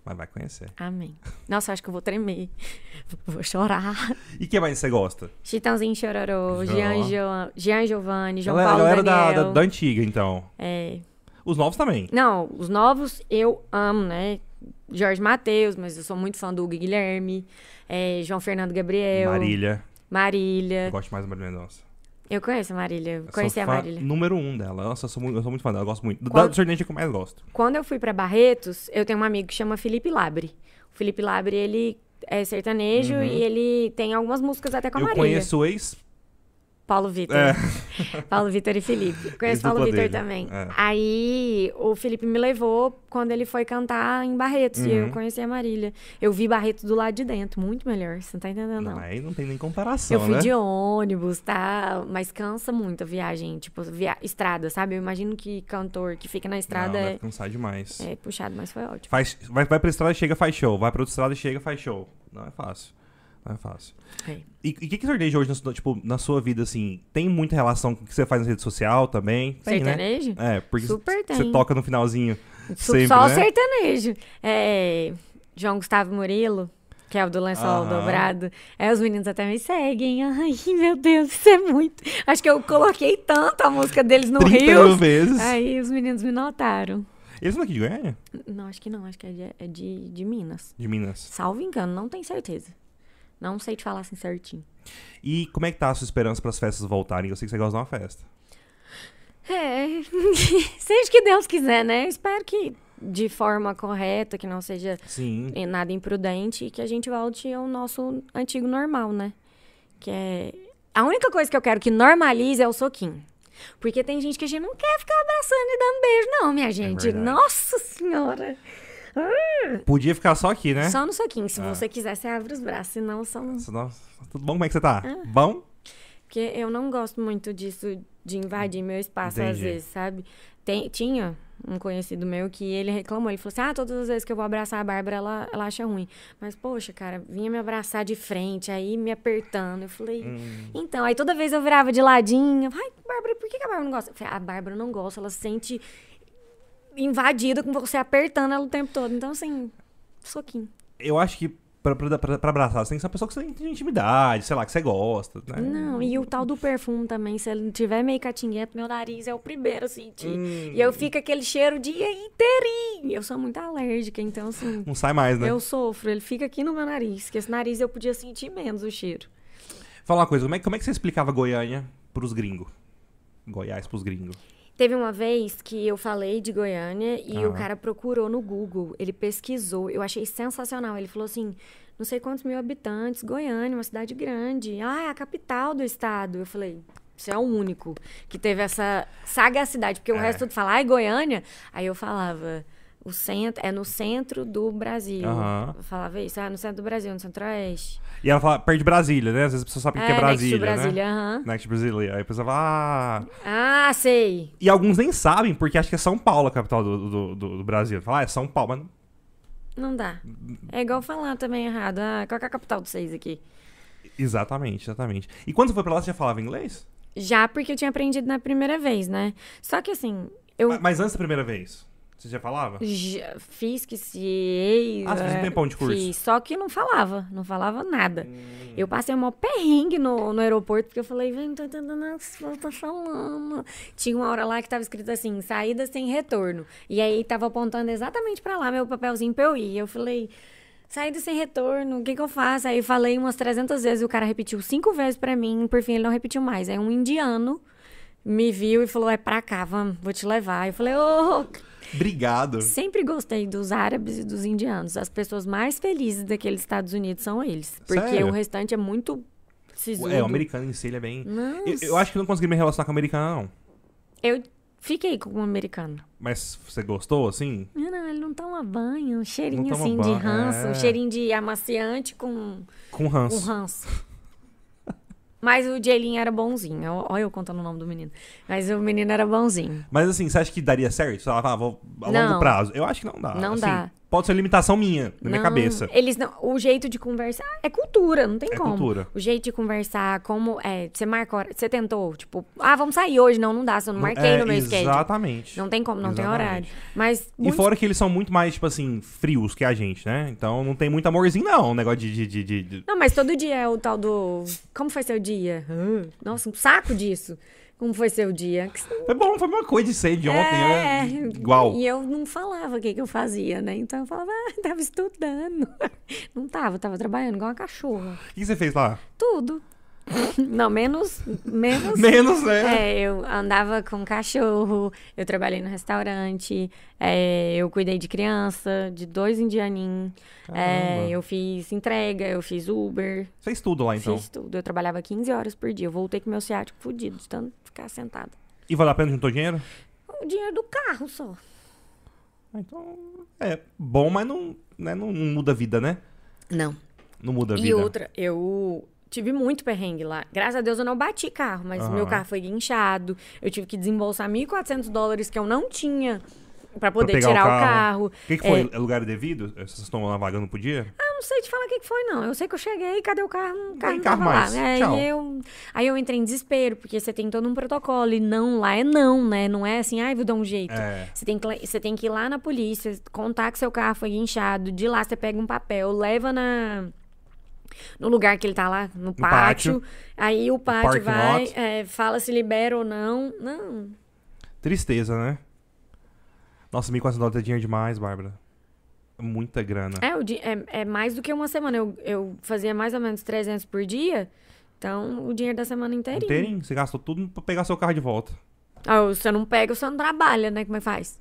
Mas vai conhecer. Amém. Nossa, acho que eu vou tremer. Vou chorar. E o que mais você gosta? Chitãozinho Chororô, Jo- Jean, Jo- Jean Giovanni, João Galera, Paulo galera da, Daniel. da, da antiga, então. É. Os novos também. Não, os novos eu amo, né? Jorge Mateus, mas eu sou muito fã do Hugo Guilherme. É, João Fernando Gabriel. Marília. Marília. Eu gosto mais da Marília Mendonça. Eu conheço a Marília. Eu Conheci sou a fã Marília. número um dela. Nossa, eu sou muito, eu sou muito fã dela. Eu gosto muito. Da Quando- do sertanejo que eu mais gosto. Quando eu fui pra Barretos, eu tenho um amigo que chama Felipe Labre. O Felipe Labre, ele é sertanejo Uhum. e ele tem algumas músicas até com a Eu Marília. conheço o ex... Paulo Vitor. É. Paulo Vitor e Felipe. Conheço Ex-dupla Paulo Vitor dele, também. é. Aí, o Felipe me levou quando ele foi cantar em Barretos. E eu Uhum. conheci a Marília. Eu vi Barretos do lado de dentro. Muito melhor. Você não tá entendendo, não. Não, aí não tem nem comparação, Eu fui né? de ônibus, tá? Mas cansa muito a viagem. Tipo, via... estrada, sabe? Eu imagino que cantor que fica na estrada Não, é... deve cansar demais. é puxado, mas foi ótimo. Faz, vai, vai pra estrada, chega, faz show. Vai pra outra estrada, chega, faz show. Não é fácil. Não é fácil. É. E o que que sertanejo hoje, na sua- tipo, na sua vida, assim, tem muita relação com o que você faz na rede social também? Tem, né? Sertanejo? É, porque Super você tem. toca no finalzinho Su- sempre, Só o né? sertanejo. É, João Gustavo Murilo, que é o do Lençol Aham. Dobrado. É, os meninos até me seguem. Ai, meu Deus, isso é muito... Acho que eu coloquei tanto a música deles no trinta Rio. mil vezes. Aí os meninos me notaram. Eles são daqui de Goiânia? Não, acho que não. Acho que é de, é de, de Minas. De Minas. Salvo engano, não tenho certeza. Não sei te falar assim certinho. E como é que tá a sua esperança para as festas voltarem? Eu sei que você gosta de uma festa. É, seja o que Deus quiser, né? Espero que de forma correta, que não seja Sim. nada imprudente e que a gente volte ao nosso antigo normal, né? Que é... A única coisa que eu quero que normalize é o soquinho. Porque tem gente que a gente não quer ficar abraçando e dando beijo, não, minha gente. verdade. Nossa Senhora! Podia ficar só aqui, né? Só no soquinho. Se Ah. você quiser, você abre os braços. Senão, só no... Nossa, tudo bom? Como é que você tá? Ah. Bom? Porque eu não gosto muito disso, de invadir meu espaço, às Entendi. vezes, sabe? Tem, tinha um conhecido meu que ele reclamou. Ele falou assim, ah, todas as vezes que eu vou abraçar a Bárbara, ela, ela acha ruim. Mas, poxa, cara, vinha me abraçar de frente, aí me apertando. Eu falei, Hum. então, aí toda vez eu virava de ladinho. Ai, Bárbara, por que que a Bárbara não gosta? Eu falei, a Bárbara não gosta, ela se sente invadida com você apertando ela o tempo todo. Então, assim, soquinho. Eu acho que pra, pra, pra, pra abraçar, você tem que ser uma pessoa que você tem intimidade, sei lá, que você gosta, né? Não, e o tal do perfume também, se ele não tiver meio catinguento, meu nariz é o primeiro a sentir. Hum. E eu fico aquele cheiro o dia inteirinho. Eu sou muito alérgica, então assim, Não sai mais, né? eu sofro. Ele fica aqui no meu nariz, que esse nariz eu podia sentir menos o cheiro. Fala uma coisa, como é, como é que você explicava Goiânia pros gringos? Goiás pros gringos. Teve uma vez que eu falei de Goiânia e Aham. o cara procurou no Google, ele pesquisou, eu achei sensacional. Ele falou assim, não sei quantos mil habitantes, Goiânia, uma cidade grande. Ah, é a capital do estado. Eu falei, você é o único que teve essa sagacidade, porque o É. resto tudo fala, ai, Goiânia. Aí eu falava, o centro, é no centro do Brasil. Aham. Eu falava isso, ah, no centro do Brasil, no centro-oeste. E ela fala, perto de Brasília, né? Às vezes a pessoa sabe o que é Brasília, Next to Brasília, né? aham. Next to Brasília. Aí a pessoa fala, ah... Ah, sei. E alguns nem sabem, porque acham que é São Paulo a capital do, do, do, do Brasil. Fala, ah, é São Paulo, mas... não- Não dá. É igual falar também errado. Ah, qual que é a capital de vocês aqui? Exatamente, exatamente. E quando você foi pra lá, você já falava inglês? Já porque eu tinha aprendido na primeira vez, né? Só que assim, eu Ma- Mas antes da primeira vez, você já falava? já fiz que se. Ah, você fez um é, tempão de curso. Fiz, só que não falava, não falava nada. Hum. Eu passei um maior perrengue no, no aeroporto, porque eu falei, velho, não tô entendendo nada que você tá falando. Tinha uma hora lá que tava escrito assim, saída sem retorno. E aí tava apontando exatamente pra lá meu papelzinho pra eu ir. Eu falei, saída sem retorno, o que que eu faço? Aí eu falei umas trezentas vezes, o cara repetiu cinco vezes pra mim, por fim ele não repetiu mais. Aí um indiano me viu e falou, é pra cá, vamos, vou te levar. Eu falei, ô... Obrigado. Sempre gostei dos árabes e dos indianos. As pessoas mais felizes daqueles Estados Unidos são eles. Porque Sério? o restante é muito sisudo. É, o americano em si, ele é bem... Nossa. Eu, eu acho que eu não consegui me relacionar com o americano, não. Eu fiquei com um americano. Mas você gostou, assim? Não, não, ele não toma banho. Um cheirinho Não toma assim banho, de ranço. é. Um cheirinho de amaciante com Com um ranço. ranço. Mas o Jailinho era bonzinho. Olha eu contando o nome do menino. Mas o menino era bonzinho. Mas assim, você acha que daria certo? Você fala, ah, vou a longo Não. prazo. Eu acho que não dá. Não assim. dá. Pode ser limitação minha, na minha Não, cabeça. Eles não, o jeito de conversar é cultura, não tem É como. cultura. O jeito de conversar, como é, você marca hora, você tentou, tipo, ah, vamos sair hoje, não, não dá, se eu não marquei É, no meu schedule. Exatamente. Não tem como, não Exatamente. tem horário. Mas E muito- fora que eles são muito mais, tipo assim, frios que a gente, né? Então não tem muito amorzinho, não. Um negócio de. de, de, de- de- Não, mas todo dia é o tal do como foi seu dia? Ah, nossa, um saco disso. Como foi seu dia? Foi bom, foi uma coisa de ser de ontem, É, né? Igual. E eu não falava o que, que eu fazia, né? Então eu falava, ah, tava estudando. Não tava, tava trabalhando igual uma cachorra. O que você fez lá? Tudo. Não, menos. Menos. Menos, né? É, eu andava com cachorro, eu trabalhei no restaurante, é, eu cuidei de criança, de dois indianinhos, é, Caramba. eu fiz entrega, eu fiz Uber, Fez tudo lá, então. fiz tudo. Eu trabalhava quinze horas por dia. Eu voltei com meu ciático fudido, de tanto ficar sentada. E valeu a pena, juntou dinheiro? O dinheiro do carro só. Ah, então, é bom, mas não, né, não, não muda a vida, né? Não. Não muda a E vida. outra, eu tive muito perrengue lá. Graças a Deus eu não bati carro, mas Aham. meu carro foi guinchado. Eu tive que desembolsar mil e quatrocentos dólares que eu não tinha pra poder pegar o tirar o carro. carro. O que, que É, foi? É lugar devido? Vocês estão lá vagando não podia? eu não sei te falar o que que foi, não. Eu sei que eu cheguei, cadê o carro? O carro tem não carro tava mais. lá. É, Tchau. e eu, aí eu entrei em desespero, porque você tem todo um protocolo. E não, lá é não, né? Não é assim, ai, vou dar um jeito. É. Você tem, que, você tem que ir lá na polícia, contar que seu carro foi guinchado. De lá você pega um papel, leva na... no lugar que ele tá lá, no, pátio. pátio. Aí o pátio parking vai, lot. é, fala se libera ou não. Não. Tristeza, né? Nossa, mil e quatrocentos dólares é dinheiro demais, Bárbara. É muita grana. É, o di- é, é mais do que uma semana. Eu, eu fazia mais ou menos trezentos por dia. Então, o dinheiro da semana inteirinho. Inteirinho? Você gastou tudo pra pegar seu carro de volta. Ah, você não pega, você não trabalha, né? Como é que faz?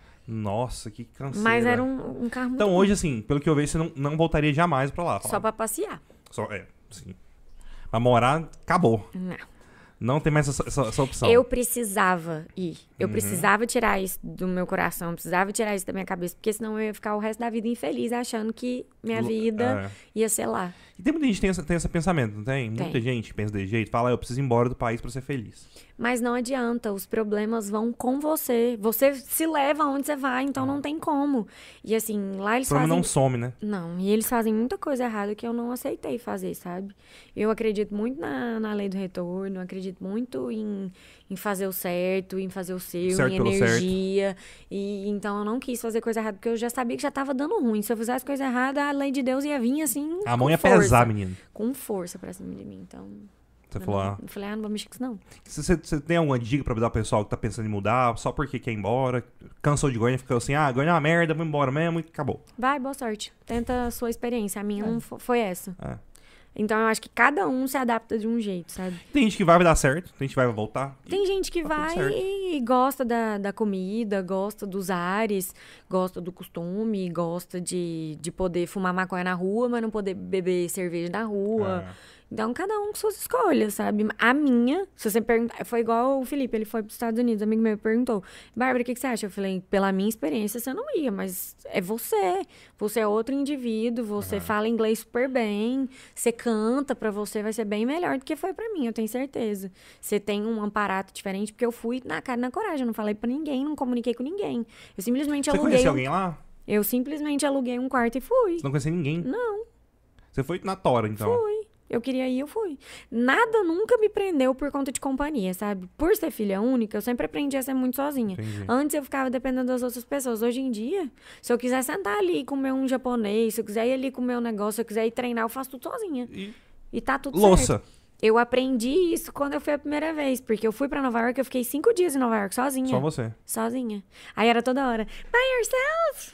Nossa, que canseira. Mas era um, um carro muito Então bom. hoje, assim, pelo que eu vejo, você não, não voltaria jamais pra lá. Só fala. pra passear. Só, é, sim. Pra morar, acabou. Não. Não tem mais essa, essa- essa opção. Eu precisava ir. Eu Uhum. precisava tirar isso do meu coração. Eu precisava tirar isso da minha cabeça. Porque senão eu ia ficar o resto da vida infeliz, achando que minha Lo- vida é. ia ser lá. E tem muita gente que tem, essa, tem esse pensamento, não tem? Tem. Muita gente que pensa desse jeito. Fala, eu preciso ir embora do país pra ser feliz. Mas não adianta, os problemas vão com você. Você se leva aonde você vai, então não tem como. E assim, lá O eles problema fazem... não some, né? Não, e eles fazem muita coisa errada que eu não aceitei fazer, sabe? Eu acredito muito na, na lei do retorno, acredito muito em, em fazer o certo, em fazer o seu, Certo em pelo certo. energia. E então eu não quis fazer coisa errada, porque eu já sabia que já tava dando ruim. Se eu fizesse coisa errada, a lei de Deus ia vir assim. A com mão ia força, pesar, menino. Com força pra cima de mim. Então. Você eu falou, não, ah, eu falei, ah, não vou mexer com isso, não. Você, você- você tem alguma dica pra dar pro pessoal que tá pensando em mudar só porque quer ir embora? Cansou de Goiânia, ficou assim, ah, Goiânia é uma merda, vou embora mesmo e acabou. Vai, boa sorte. Tenta a sua experiência. A minha É. não fo- foi essa. É. Então eu acho que cada um se adapta de um jeito, sabe? Tem gente que vai, vai dar certo, tem gente que vai, vai voltar. e- Tem gente que tá tudo vai certo. e gosta da, da comida, gosta dos ares, gosta do costume, gosta de, de poder fumar maconha na rua, mas não poder beber cerveja na rua. É. Então, cada um com suas escolhas, sabe? A minha, se você perguntar... Foi igual o Felipe, ele foi para os Estados Unidos, amigo meu, perguntou. Bárbara, o que, que você acha? Eu falei, pela minha experiência, você não ia, mas é você. Você é outro indivíduo, você Uhum. fala inglês super bem, você canta, pra você vai ser bem melhor do que foi pra mim, eu tenho certeza. Você tem um aparato diferente, porque eu fui na cara e na coragem, eu não falei pra ninguém, não comuniquei com ninguém. Eu simplesmente Você aluguei... conheceu um- alguém lá? Eu simplesmente aluguei um quarto e fui. Você não conhecia ninguém? Não. Você foi na tora, então. Fui. Eu queria ir, eu fui. Nada nunca me prendeu por conta de companhia, sabe? Por ser filha única, eu sempre aprendi a ser muito sozinha. Entendi. Antes eu ficava dependendo das outras pessoas. Hoje em dia, se eu quiser sentar ali e comer um japonês, se eu quiser ir ali comer um negócio, se eu quiser ir treinar, eu faço tudo sozinha. E E tá tudo certo. louça. Eu aprendi isso quando eu fui a primeira vez, porque eu fui pra Nova York, eu fiquei cinco dias em Nova York sozinha. Só você. Sozinha. Aí era toda hora, by yourself?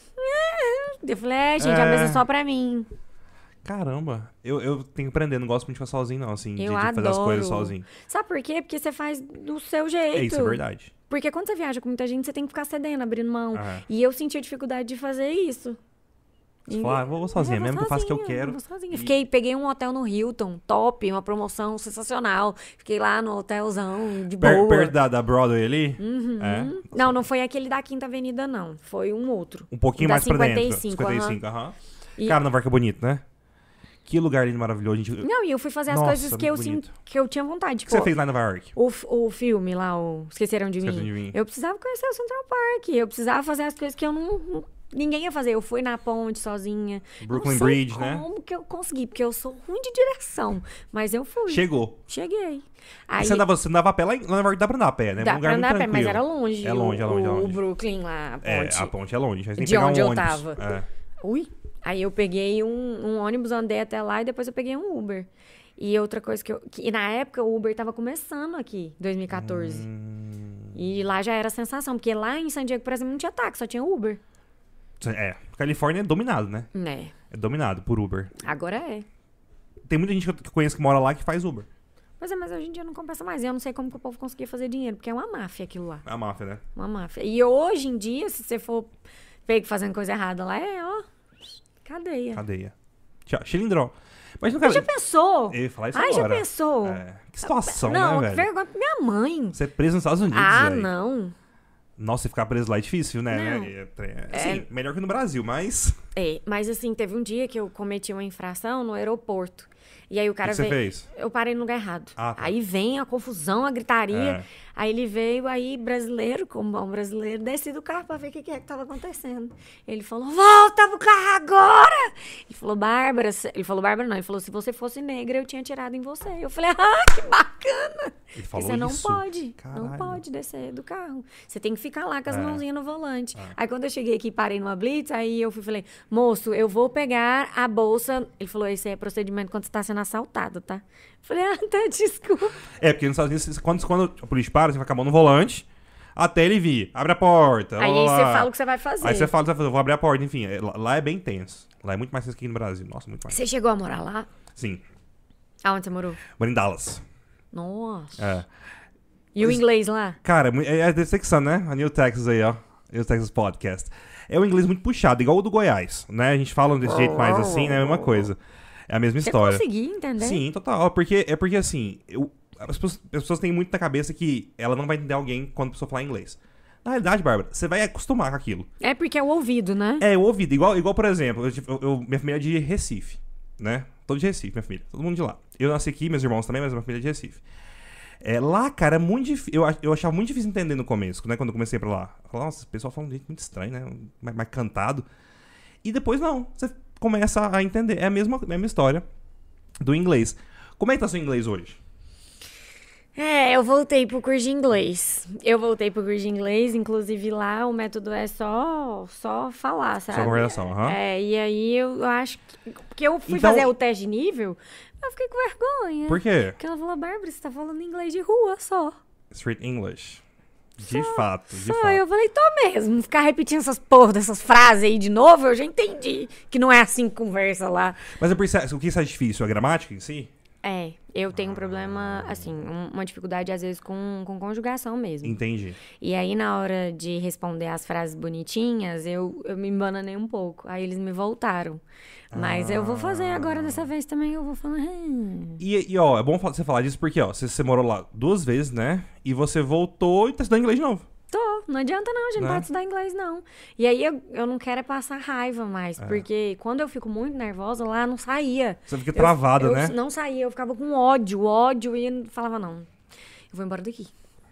Eu falei, é, gente, a É. mesa é só pra mim. Caramba. Eu, eu tenho que aprender, não gosto muito de ficar sozinho, não, assim. De, Eu de fazer as adoro. coisas sozinho. Sabe por quê? Porque você faz do seu jeito. É isso, é verdade. Porque quando você viaja com muita gente, você tem que ficar cedendo, abrindo mão. Ah. E eu sentia dificuldade de fazer isso. Você E- fala, ah, vou, vou sozinha, Eu vou mesmo que eu faça o que eu sozinha, quero. vou sozinha. E- Fiquei, peguei um hotel no Hilton, top, uma promoção sensacional. Fiquei lá no hotelzão, de Per- boa. perto da, da Broadway ali? Uhum. É. Não, não foi aquele da Quinta Avenida, não. Foi um outro. Um pouquinho Da mais pra dentro. cinquenta e cinco, cinquenta e cinco, aham. E- Cara, Nova York é bonito, né? Que lugar lindo, maravilhoso. Gente... O Não, e eu fui fazer as Nossa, coisas que eu, muito sim, bonito. que eu tinha vontade. que Tipo, você fez lá em Nova York? o, f- o filme lá, o Esqueceram de Esqueceram Mim. de Mim. Eu precisava conhecer o Central Park. Eu precisava fazer as coisas que eu não, não Ninguém ia fazer. Eu fui na ponte sozinha. Brooklyn Não sei Bridge, né? como que eu consegui, porque eu sou ruim de direção. Mas eu fui. Chegou. Cheguei. E Aí, você andava, você andava a pé lá, em- lá na verdade dá pra andar a pé, né? dá Um lugar pra andar a muito pé, mas tranquilo. era longe. É longe, é o, longe, é longe. O Brooklyn lá, a É, ponte. a ponte é longe. A gente tem que De pegar onde um eu ônibus. tava. É. Ui. Aí eu peguei um, um ônibus, andei até lá e depois eu peguei um Uber. E outra coisa que eu... Que, e na época o Uber tava começando aqui, em dois mil e quatorze. Hum... E lá já era sensação, porque lá em San Diego, por exemplo, não tinha táxi, só tinha Uber. É, Califórnia é dominado, né? Né? É dominado por Uber. Agora é. Tem muita gente que eu que eu conheço que mora lá que faz Uber. Pois é, mas hoje em dia não compensa mais. Eu não sei como que o povo conseguia fazer dinheiro, porque é uma máfia aquilo lá. É a máfia, né? Uma máfia. E hoje em dia, se você for pego fazendo coisa errada lá, é, ó, cadeia. Cadeia. Tchau, Chilindró. Mas não quero... Já pensou? Eu ia falar isso Ai, agora. já pensou? É. Que situação, Não, né, que velho? vergonha pra minha mãe. Você é preso nos Estados Unidos, Ah, velho. não. Nossa, você ficar preso lá é difícil, né? Não. É, é, assim, melhor que no Brasil, mas... É, mas assim, teve um dia que eu cometi uma infração no aeroporto. E aí o O cara que você veio. fez? Eu parei no lugar errado. Ah, tá. Aí vem a confusão, a gritaria. É. Aí ele veio, aí brasileiro, como bom brasileiro, desci do carro pra ver o que, que é que tava acontecendo. Ele falou, volta pro carro agora! Ele falou, Bárbara, se... ele falou, Bárbara não, ele falou, se você fosse negra, eu tinha atirado em você. Eu falei, ah, que bacana! Ele falou você não isso? pode, Caralho. não pode descer do carro. Você tem que ficar lá com as É. mãozinhas no volante. Aí quando eu cheguei aqui, parei numa blitz, aí eu fui falei, moço, eu vou pegar a bolsa. Ele falou, esse é procedimento quando você tá sendo assaltado, tá? Eu falei, ah, tá, desculpa. É, porque nos Estados Unidos, quando, quando a polícia para, você vai com a mão no volante, até ele vir. Abre a porta. Aí lá, lá, você lá. fala o que você vai fazer. Aí você fala, você vai fazer, eu vou abrir a porta, enfim. é, Lá, lá é bem tenso. Lá é muito mais tenso que aqui no Brasil. Nossa, muito mais. Você chegou a morar lá? Sim. Aonde você morou? Moro em Dallas. Nossa. É. E o Mas- inglês lá? Cara, é, é The Texan, né? A New Texas aí, ó. New Texas Podcast. É um inglês muito puxado, igual o do Goiás, né? A gente fala desse jeito mais assim, né? É a mesma coisa. É a mesma Você história. conseguia entender? Sim, total. Porque, é porque assim, eu, as, pessoas, as pessoas têm muito na cabeça que ela não vai entender alguém quando a pessoa falar inglês. Na realidade, Bárbara, você vai acostumar com aquilo. É porque é o ouvido, né? É, o ouvido. Igual, igual por exemplo, eu, eu- eu- minha família é de Recife, né? Todo de Recife, minha família. Todo mundo de lá. Eu nasci aqui, meus irmãos também, mas minha família é de Recife. É, lá, cara, é muito difícil. Eu, ach- eu achava muito difícil entender no começo, né? Quando eu comecei pra lá. Eu falava, nossa, o pessoal fala um jeito muito estranho, né? Mais, mais cantado. E depois, não. Você começa a entender. É a mesma, é a mesma história do inglês. Como é que tá seu inglês hoje? É, eu voltei pro curso de inglês. Eu voltei pro curso de inglês, inclusive lá o método é só, só falar, sabe? Só conversação, aham. É, e aí eu acho que... Porque eu fui Então- fazer o teste de nível, eu fiquei com vergonha. Por quê? Porque ela falou, Bárbara, você tá falando inglês de rua só. Street English. De fato, de Só, fato. eu falei, tô mesmo. Ficar repetindo essas porra dessas frases aí de novo, eu já entendi. Que não é assim que conversa lá. Mas é por isso, o que isso é difícil? A gramática em si? É, eu tenho um problema, assim, um- uma dificuldade às vezes com, com conjugação mesmo. Entendi. E aí, na hora de responder as frases bonitinhas, eu, eu me embananei um pouco. Aí eles me voltaram. Mas eu vou fazer agora dessa vez também, eu vou falar. "Hum." E, e, ó, é bom fa- você falar disso porque, ó, você, você morou lá duas vezes, né? E você voltou e tá estudando inglês de novo. Tô, não adianta não, a gente não Né? pode estudar inglês não. E aí eu, eu não quero é passar raiva mais, É. porque quando eu fico muito nervosa lá, não saía. Você fica Eu- travada, eu, né? Não saía, eu ficava com ódio, ódio, e eu falava, não, eu vou embora daqui.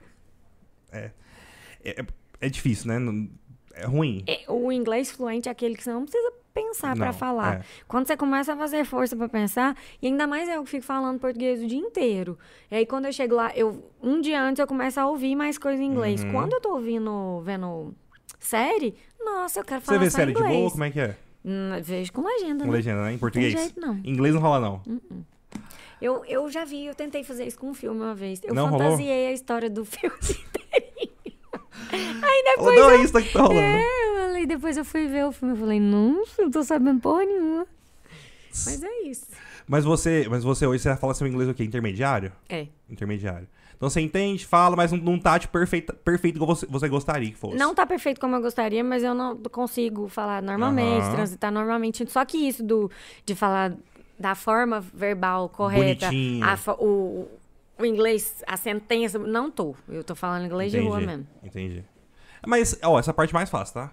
É, é, é difícil, né? Não- É ruim. É, o inglês fluente é aquele que você não precisa pensar pra Não, falar. é. Quando você começa a fazer força pra pensar, e ainda mais eu que fico falando português o dia inteiro. E aí quando eu chego lá, eu um dia antes eu começo a ouvir mais coisa em inglês. Uhum. Quando eu tô ouvindo, vendo série, nossa, eu quero Você falar vê só série de inglês. boa? Como é que é? Hum, vejo com legenda, Com né? legenda, né? Em Não português? tem jeito, não. Em inglês não rola, não. Eu, eu já vi, eu tentei fazer isso com um filme uma vez. Eu Não rolou? fantasiei a história do filme inteirinho. Aí Oh, depois não, eu... é isso que tá rolando. É, eu falei, depois eu fui ver o filme, eu falei, nossa, não tô sabendo porra nenhuma. Mas é isso. Mas você, mas você hoje você fala seu inglês o quê? Intermediário? É. Intermediário. Então você entende, fala, mas não, não tá tipo, perfeito, perfeito igual você, você gostaria que fosse. Não tá perfeito como eu gostaria, mas eu não consigo falar normalmente, Aham. transitar normalmente. Só que isso do, de falar da forma verbal correta, Bonitinho. a fo- o, o inglês, a sentença, não tô. Eu tô falando inglês de rua mesmo. Entendi. Mas, ó, essa parte mais fácil, tá?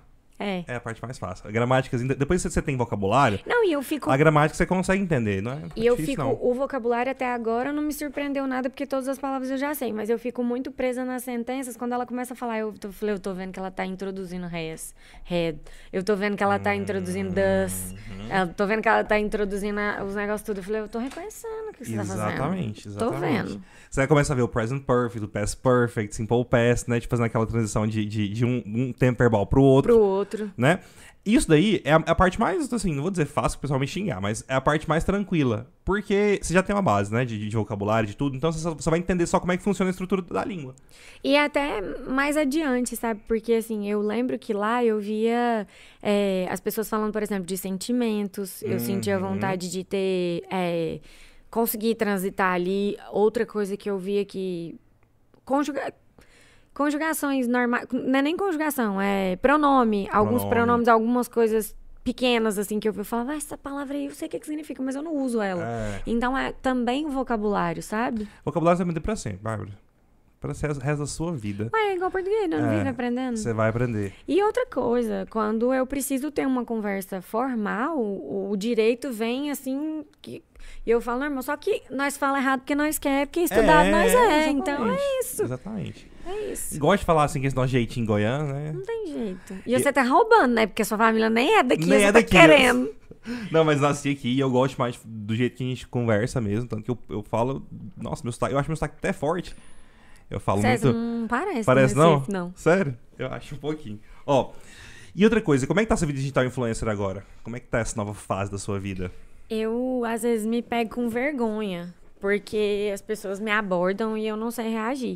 É. É a parte mais fácil. A gramática, assim, depois que você tem vocabulário, Não, e eu fico... a gramática você consegue entender, não é? E eu difícil, fico... não. O vocabulário até agora não me surpreendeu nada, porque todas as palavras eu já sei. Mas eu fico muito presa nas sentenças. Quando ela começa a falar, eu tô, eu tô vendo que ela tá introduzindo has, had. Eu tô vendo que ela tá introduzindo does. Uhum. Eu tô vendo que ela tá introduzindo a- os negócios tudo. Eu falei, eu tô reconhecendo o que você tá fazendo. Exatamente, exatamente. Tô vendo. Você vai começar a ver o present perfect, o past perfect, simple past, né? Tipo, fazendo aquela transição de, de, de um, um tempo verbal pro outro, Pro outro. né? Isso daí é a, a parte mais, assim, não vou dizer fácil pro pessoal me xingar, mas é a parte mais tranquila. Porque você já tem uma base, né? De, de vocabulário, de tudo. Então você, só- você vai entender só como é que funciona a estrutura da língua. E até mais adiante, sabe? Porque, assim, eu lembro que lá eu via é, as pessoas falando, por exemplo, de sentimentos. Eu sentia Uhum. vontade de ter... é, conseguir transitar ali. Outra coisa que eu via que... Conjuga... Conjugações normais... Não é nem conjugação, é pronome. Alguns Pronome. pronomes, algumas coisas pequenas, assim, que eu, eu falava, ah, essa palavra aí, eu sei o que, que significa, mas eu não uso ela. É. Então, é também o vocabulário, sabe? Vocabulário você vai aprender pra sempre, Bárbara. Para o resto da sua vida. Ué, é igual português, não É, vive aprendendo. Você vai aprender. E outra coisa, quando eu preciso ter uma conversa formal, o, o direito vem assim, que, e eu falo normal, só que nós falamos errado porque nós quer, porque estudado nós é, então é exatamente, isso, Exatamente. é isso. Gosto de falar assim, que esse nosso jeitinho goiano, né? Não tem jeito. E você tá roubando, né? Porque a sua família nem é daqui, Nem você é tá daqui, querendo. Não, mas nasci aqui e eu gosto mais do jeito que a gente conversa mesmo. Tanto que eu, eu falo. Nossa, meu sotaque, eu acho meu sotaque até forte. Eu falo César, muito. não parece. Parece no não? Recife, não? Sério? Eu acho um pouquinho. Ó. E outra coisa, como é que tá essa vida digital influencer agora? Como é que tá essa nova fase da sua vida? Eu, às vezes, me pego com vergonha, porque as pessoas me abordam e eu não sei reagir.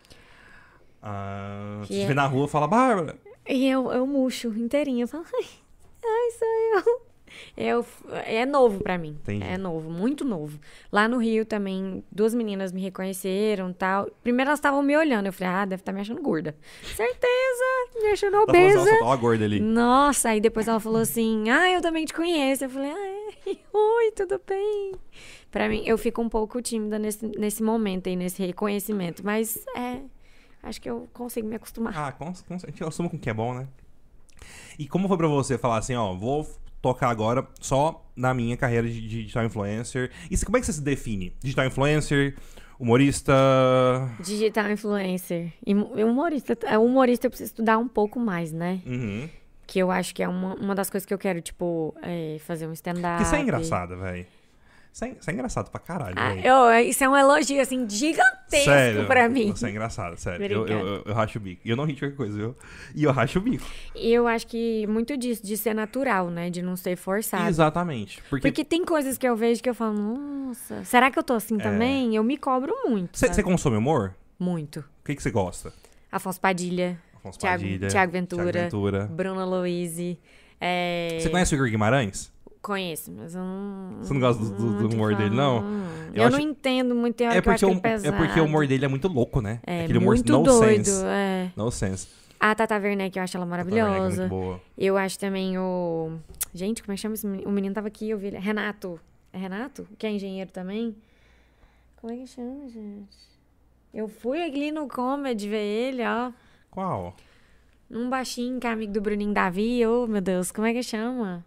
Ah, Que você é- vê na rua e fala, Bárbara. E eu, eu murcho inteirinha. Eu falo, ai, ai, sou eu. eu. É novo pra mim. Entendi. É novo, muito novo. Lá no Rio também, duas meninas me reconheceram e tal. Primeiro elas estavam me olhando. Eu falei, ah, deve estar me achando gorda. Certeza, me achando Tá falando, obesa. nossa, tá uma gorda ali. Nossa, aí depois ela falou assim, ah, eu também te conheço. Eu falei, ah, é? Oi, tudo bem? Pra mim, eu fico um pouco tímida nesse, nesse momento aí, nesse reconhecimento. Mas, é, acho que eu consigo me acostumar. Ah, com, com, a gente assume com o que é bom, né? E como foi pra você falar assim, ó, vou tocar agora só na minha carreira de digital influencer? E se- como é que você se define? Digital influencer, humorista... Digital influencer. E mu- humorista, é, humorista eu preciso estudar um pouco mais, né? Uhum. Que eu acho que é uma, uma das coisas que eu quero, tipo, é, fazer um stand-up. Porque isso é engraçado, velho. Isso, é, isso é engraçado pra caralho, Ah, velho. eu, isso é um elogio, assim, gigantesco Sério, pra mim. Isso é engraçado, sério. Eu, eu, Obrigada. eu, eu racho o bico. E eu não ri de qualquer coisa, viu? E eu racho o bico. E eu acho que muito disso, de ser natural, né? De não ser forçado. Exatamente. Porque Porque tem coisas que eu vejo que eu falo, nossa, será que eu tô assim também? Eu me cobro muito, você sabe? consome humor? Muito. O que que você gosta? Afonso Padilha, Afonso Thiago, Padilha, Thiago Ventura, Thiago Ventura. Bruna Louise. É... Você conhece o Igor Guimarães? Conheço, mas eu não... Você não gosta do- do- do muito humor fã, dele, não? Eu, Eu não acho- entendo muito, tem hora É que eu acho porque, que o, ele é pesado. porque o humor dele é muito louco, né? É, Aquele humor muito no doido, sense. é. No sense. A Tata Werneck, eu acho ela Tata Werneck é maravilhosa. muito boa. Eu acho também o... Gente, como é que chama esse menino? O menino tava aqui, eu vi ele. Renato. É Renato? Que é engenheiro também? Como é que chama, gente? Eu fui ali no Comedy ver ele, ó. Qual? Um baixinho que é amigo do Bruninho Davi. Ô, meu Deus, como é que chama?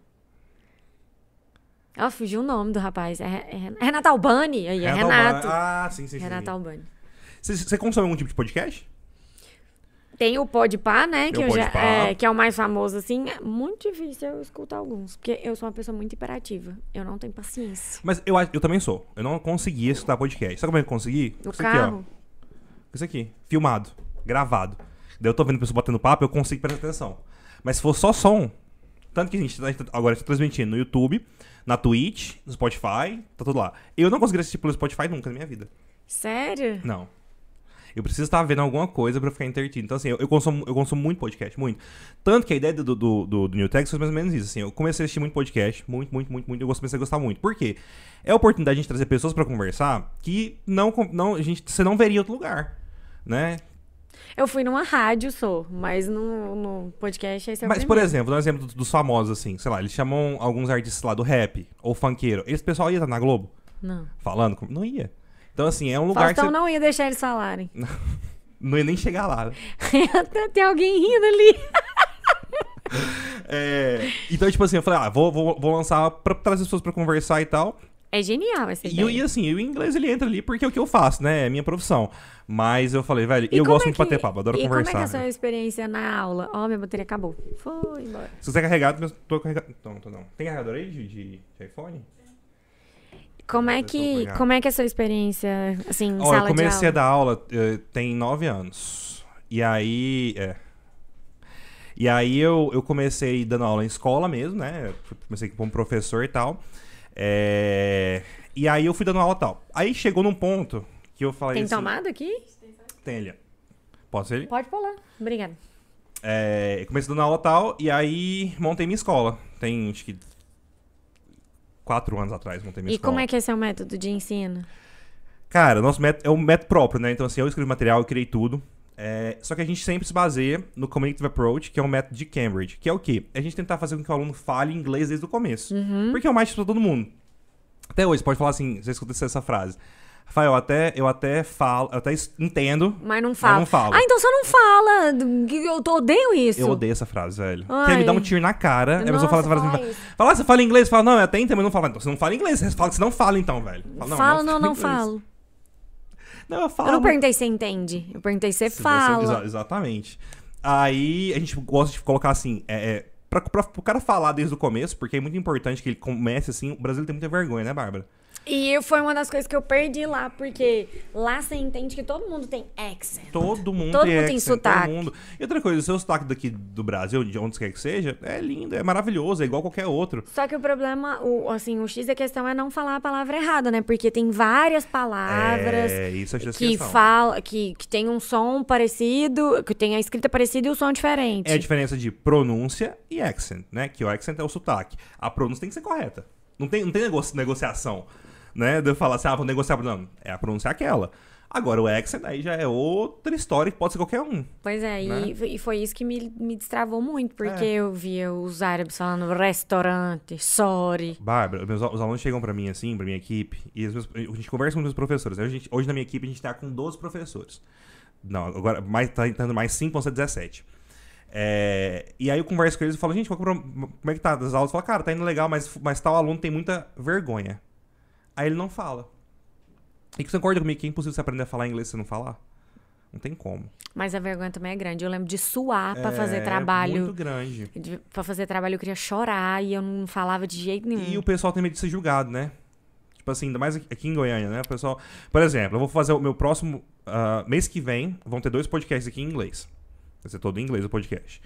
Ó, fugiu o nome do rapaz. É, é, é Renato Albani. Aí, é Renato Renato. Albani. Ah, sim, sim, sim. Renato Albani. Você, você consome algum tipo de podcast? Tem o Podpah, né? Tem Que, o eu já, Podpah. é, que é o mais famoso, assim. É muito difícil eu escutar alguns. Porque eu sou uma pessoa muito hiperativa. Eu não tenho paciência. Mas eu, acho- eu também sou. Eu não conseguia escutar podcast. Sabe como é que eu consegui? No Isso carro. Aqui, ó. Isso aqui. Filmado. Gravado. Daí eu tô vendo pessoa batendo papo, eu consigo prestar atenção. Mas se for só som... Tanto que a gente tá, agora está transmitindo no YouTube, na Twitch, no Spotify, tá tudo lá. Eu não consegui assistir pelo Spotify nunca na minha vida. Sério? Não. Eu preciso estar vendo alguma coisa pra ficar entretido. Então, assim, eu, eu, consumo, eu consumo muito podcast, muito. Tanto que a ideia do, do, do, do New Text foi mais ou menos isso. Assim, eu comecei a assistir muito podcast, muito, muito, muito, muito. Eu comecei a gostar muito. Por quê? É a oportunidade de a gente trazer pessoas pra conversar que não, não, a gente, você não veria em outro lugar, né? Eu fui numa rádio, sou. Mas no, no podcast, esse é o Mas, por primeiro. exemplo, dá um exemplo dos, dos famosos, assim. Sei lá, eles chamam alguns artistas lá do rap ou funkeiro. Esse pessoal ia estar na Globo Não. falando? com- Não ia. Então, assim, é um lugar Faustão que você não ia deixar eles falarem. não ia nem chegar lá. Até tem alguém rindo ali. É, então, tipo assim, eu falei, ah, vou, vou, vou lançar pra trazer as pessoas pra conversar e tal. É genial essa E, ideia. eu, e assim, o inglês ele entra ali porque é o que eu faço, né? É minha profissão. Mas eu falei, velho, E eu como gosto é muito de que- bater papo, adoro e conversar. como é que é a sua né? experiência na aula? Ó, minha bateria acabou. Foi embora. Se você carregar, eu tô carregando. Não, tô não. Tem carregador aí de, de, de iPhone? Como é Eu tô que, pegando. como é que é a sua experiência, assim, em Ó, sala eu comecei a de aula? dar aula eh, tem nove anos. E aí. É. E aí eu, eu comecei dando aula em escola mesmo, né? Comecei como professor e tal. É, E aí eu fui dando aula e tal. Aí chegou num ponto que eu falei Tem assim... tomado aqui? Tem ali. Posso ir? Pode pôr lá. Obrigada. É, eu comecei dando aula e tal, e aí montei minha escola. Tem, acho que... Quatro anos atrás montei minha E escola. como é que é seu método de ensino? Cara, nosso método é um método próprio, né? Então, assim, eu escrevi material, eu criei tudo. É, só que a gente sempre se baseia no Communicative Approach, que é um método de Cambridge. Que é o quê? É a gente tentar fazer com que o aluno fale inglês desde o começo. Uhum. Porque é o mais difícil pra todo mundo. Até hoje, você pode falar assim, você escuta essa frase. Rafael, eu até, eu até falo, eu até es- entendo, Mas não fala. mas não falo. Ah, então você não fala. Eu tô- odeio isso. Eu odeio essa frase, velho. Ai. Quer me dar um tiro na cara. Aí a pessoa fala essa Nossa, frase. fala Fala, isso. fala, ah, você fala inglês? Fala, não, eu até entendo, mas não fala. Então, você não fala inglês. Você fala que você não fala, então, velho. Fala, Fala, não, não inglês. falo. Não, eu falo. Eu não mas- perguntei se você entende. Eu perguntei se você Se você- fala. exa- exatamente. Aí a gente gosta de colocar assim, é, é, pra, pra, pro cara falar desde o começo, porque é muito importante que ele comece assim. O Brasil tem muita vergonha, né, Bárbara? E foi uma das coisas que eu perdi lá, porque lá você entende que todo mundo tem accent. Todo mundo Todo tem mundo tem accent, sotaque. Todo mundo. E outra coisa, o seu sotaque daqui do Brasil, de onde quer que seja, é lindo, é maravilhoso, é igual qualquer outro. Só que o problema, o, assim, o X da questão é não falar a palavra errada, né? Porque tem várias palavras É, isso é a que questão. fala, que, que tem um som parecido, que tem a escrita parecida e o som diferente. É a diferença de pronúncia e accent, né? Que o accent é o sotaque. A pronúncia tem que ser correta. Não tem, não tem negoci- negociação, né? De eu falar assim, ah, vou negociar. Não, é a pronúncia é aquela. Agora, o accent aí já é outra história que pode ser qualquer um. Pois é, Né? e, e foi isso que me, me destravou muito, porque É. eu via os árabes falando restaurante, sorry. Bárbara, meus, al- os alunos chegam pra mim assim, pra minha equipe, e os meus- a gente conversa com os meus professores. Né? A gente- hoje na minha equipe a gente tá com doze professores. Não, agora mais, tá entrando mais cinco, vão ser dezessete. É, e aí eu converso com eles e falo, gente, qual que é o pro- como é que tá das aulas? Fala, cara, tá indo legal, mas, mas tal aluno tem muita vergonha. Aí ele não fala. E que você concorda comigo que é impossível você aprender a falar inglês se você não falar? Não tem como. Mas a vergonha também é grande. Eu lembro de suar pra é fazer trabalho. muito grande. De, pra fazer trabalho eu queria chorar e eu não falava de jeito nenhum. E o pessoal tem medo de ser julgado, né? Tipo assim, ainda mais aqui aqui em Goiânia, né? O pessoal... Por exemplo, eu vou fazer o meu próximo... ah, mês que vem, vão ter dois podcasts aqui em inglês. Vai ser todo em inglês o podcast.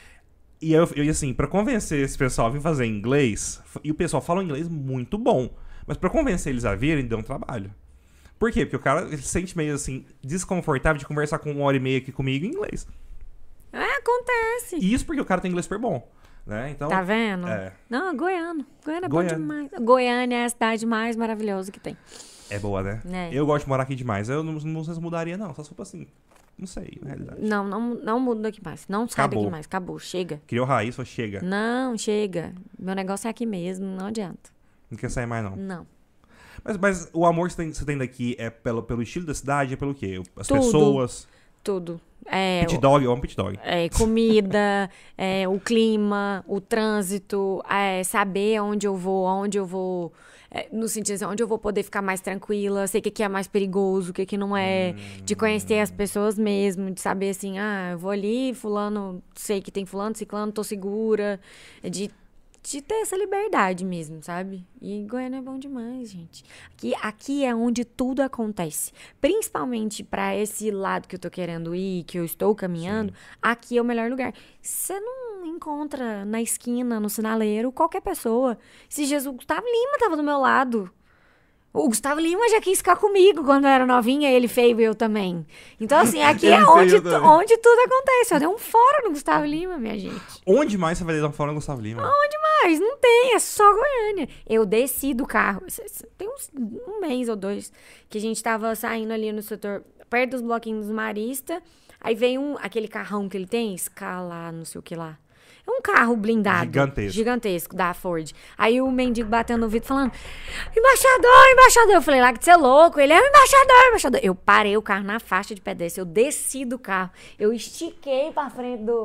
E eu, eu, e assim, pra convencer esse pessoal a vir fazer em inglês... E o pessoal fala um inglês muito bom. Mas pra convencer eles a virem, deu um trabalho. Por quê? Porque o cara ele se sente meio assim, desconfortável de conversar com uma hora e meia aqui comigo em inglês. É, acontece. E isso porque o cara tem inglês super bom. Né? Então, Tá vendo? É. Não, Goiano. Goiânia é Goiânia. bom demais. Goiânia é a cidade mais maravilhosa que tem. É boa, né? É. Eu gosto de morar aqui demais. Eu não, não sei se mudaria, não. Só se for assim. Não sei, na realidade. Não, não, não mudo daqui mais. Não sai Acabou. daqui mais. Acabou. Chega. Criou raiz, só chega. Não, chega. Meu negócio é aqui mesmo. Não adianta. Não quer sair mais, não. Não. Mas, mas o amor que você tem, você tem daqui é pelo, pelo estilo da cidade? É pelo quê? As Tudo. pessoas? Tudo. É, Pit dog, eu amo pit dog. é, comida, é, o clima, o trânsito, é, saber onde eu vou, onde eu vou, é, no sentido assim, onde eu vou poder ficar mais tranquila, sei o que, que é mais perigoso, o que, que não é, de conhecer as pessoas mesmo, de saber assim, ah, eu vou ali, fulano, sei que tem fulano, ciclano, tô segura, de, de ter essa liberdade mesmo, sabe? E Goiânia é bom demais, gente. Aqui, aqui é onde tudo acontece. Principalmente pra esse lado que eu tô querendo ir, que eu estou caminhando, aqui é o melhor lugar. Você não encontra na esquina, no sinaleiro, qualquer pessoa. Esses dias o Gustavo Lima tava do meu lado. O Gustavo Lima já quis ficar comigo quando eu era novinha, ele feio e eu também. Então, assim, aqui Ele é feio onde, eu tu- também. onde tudo acontece. Eu dei um fora no Gustavo Lima, minha gente. Onde mais você vai dar um fora no Gustavo Lima? Onde mais? Não tem, é só Goiânia. Eu desci do carro, tem uns um mês ou dois, que a gente tava saindo ali no setor, perto dos bloquinhos dos maristas, aí veio um, aquele carrão que ele tem, Scala, não sei o que lá. É um carro blindado. Gigantesco. Gigantesco, da Ford. Aí o mendigo batendo no vidro falando, embaixador, embaixador. Eu falei, lá que você é louco. Ele é embaixador, embaixador. Eu parei o carro na faixa de pedestre, eu desci do carro, eu estiquei pra frente do...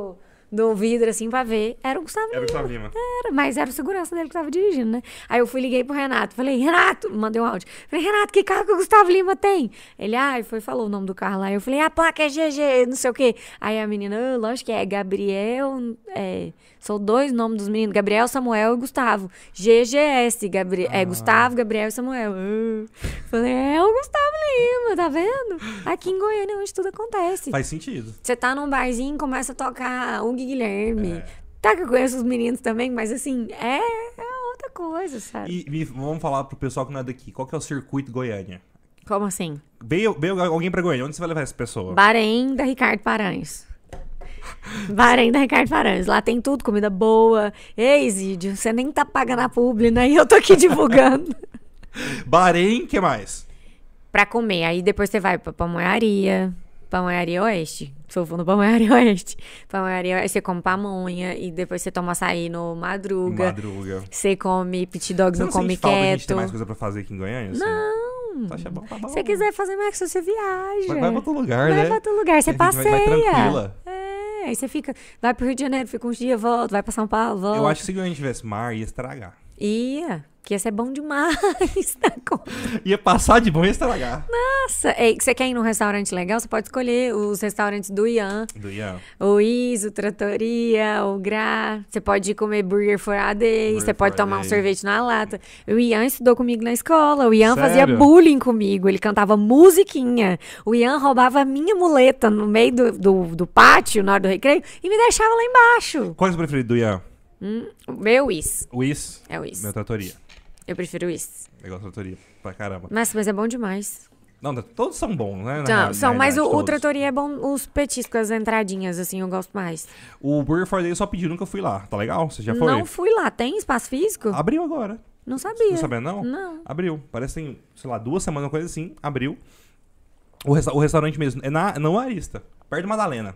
do vidro, assim, pra ver. Era o Gustavo Era o Lima. Gustavo Lima. Era, mas era o segurança dele que tava dirigindo, né? Aí eu fui, liguei pro Renato. Falei, Renato, mandei um áudio. Falei, Renato, que carro que o Gustavo Lima tem? Ele, ah, foi, falou o nome do carro lá. Eu falei, a placa é G G, não sei o quê. Aí a menina, ah, lógico que é Gabriel, é, são dois nomes dos meninos, Gabriel, Samuel e Gustavo. G G S, Gabri ah. é Gustavo, Gabriel e Samuel. Uh. Falei, é o Gustavo Lima, tá vendo? Aqui em Goiânia, onde tudo acontece. Faz sentido. Você tá num barzinho, começa a tocar o Guilherme. É. Tá que eu conheço os meninos também, mas assim, é, é outra coisa, sabe? E, e vamos falar pro pessoal que não é daqui. Qual que é o circuito Goiânia? Como assim? Veio, veio alguém pra Goiânia, onde você vai levar essa pessoa? Bahrein da Ricardo Paranhos. Bahrein da Ricardo Paranhos. Lá tem tudo, comida boa. Ei, Zídio, você nem tá pagando a publi, né? E eu tô aqui divulgando. Bahrein, o que mais? Pra comer. Aí depois você vai pra Pamonharia. Pamonharia Oeste. Se eu for no Pamonharia Oeste. Pamonharia Oeste, você come pamonha. E depois você toma açaí no Madruga. Madruga. Você come pit dog você no Come Quieto. A gente Quieto. tem mais coisa pra fazer aqui em Goiânia? Assim? Não. Tá bom, tá bom. Se você quiser fazer mais, você viaja. Vai, vai pra outro lugar, vai né? Vai pra outro lugar, você vai, passeia. Vai, vai tranquila. É, aí você fica... Vai pro Rio de Janeiro, fica uns dias, volta. Vai pra São Paulo, volta. Eu acho que se Goiânia tivesse mar, ia estragar. Ia. Que ia ser bom demais. Tá com... Ia passar de bom e ia estragar. Nossa. Ei, você quer ir num restaurante legal? Você pode escolher os restaurantes do Ian. Do Ian. O Is, o Trattoria, o Gra. Você pode comer burger for a day. Você pode tomar um sorvete na lata. O Ian estudou comigo na escola. O Ian Sério? fazia bullying comigo. Ele cantava musiquinha. O Ian roubava a minha muleta no meio do, do, do pátio, na hora do recreio, e me deixava lá embaixo. Qual é o seu preferido do Ian? Hum, o meu Is. O Is? É o Is. Meu Trattoria. Eu prefiro o Is. Eu gosto da Trattoria. Pra caramba. Nossa, mas é bom demais. Não, todos são bons, né? Não, na, são, na mas o, todos. o Trattoria é bom, os petiscos, as entradinhas, assim, eu gosto mais. O Burger for Day eu só pedi, nunca fui lá. Tá legal? Você já foi? Não fui lá. Tem espaço físico? Abriu agora. Não sabia. Não sabia, não? Não. Abriu. Parece que tem, sei lá, duas semanas, uma coisa assim. Abriu. O, resta o restaurante mesmo é na, no Arista, perto de Madalena.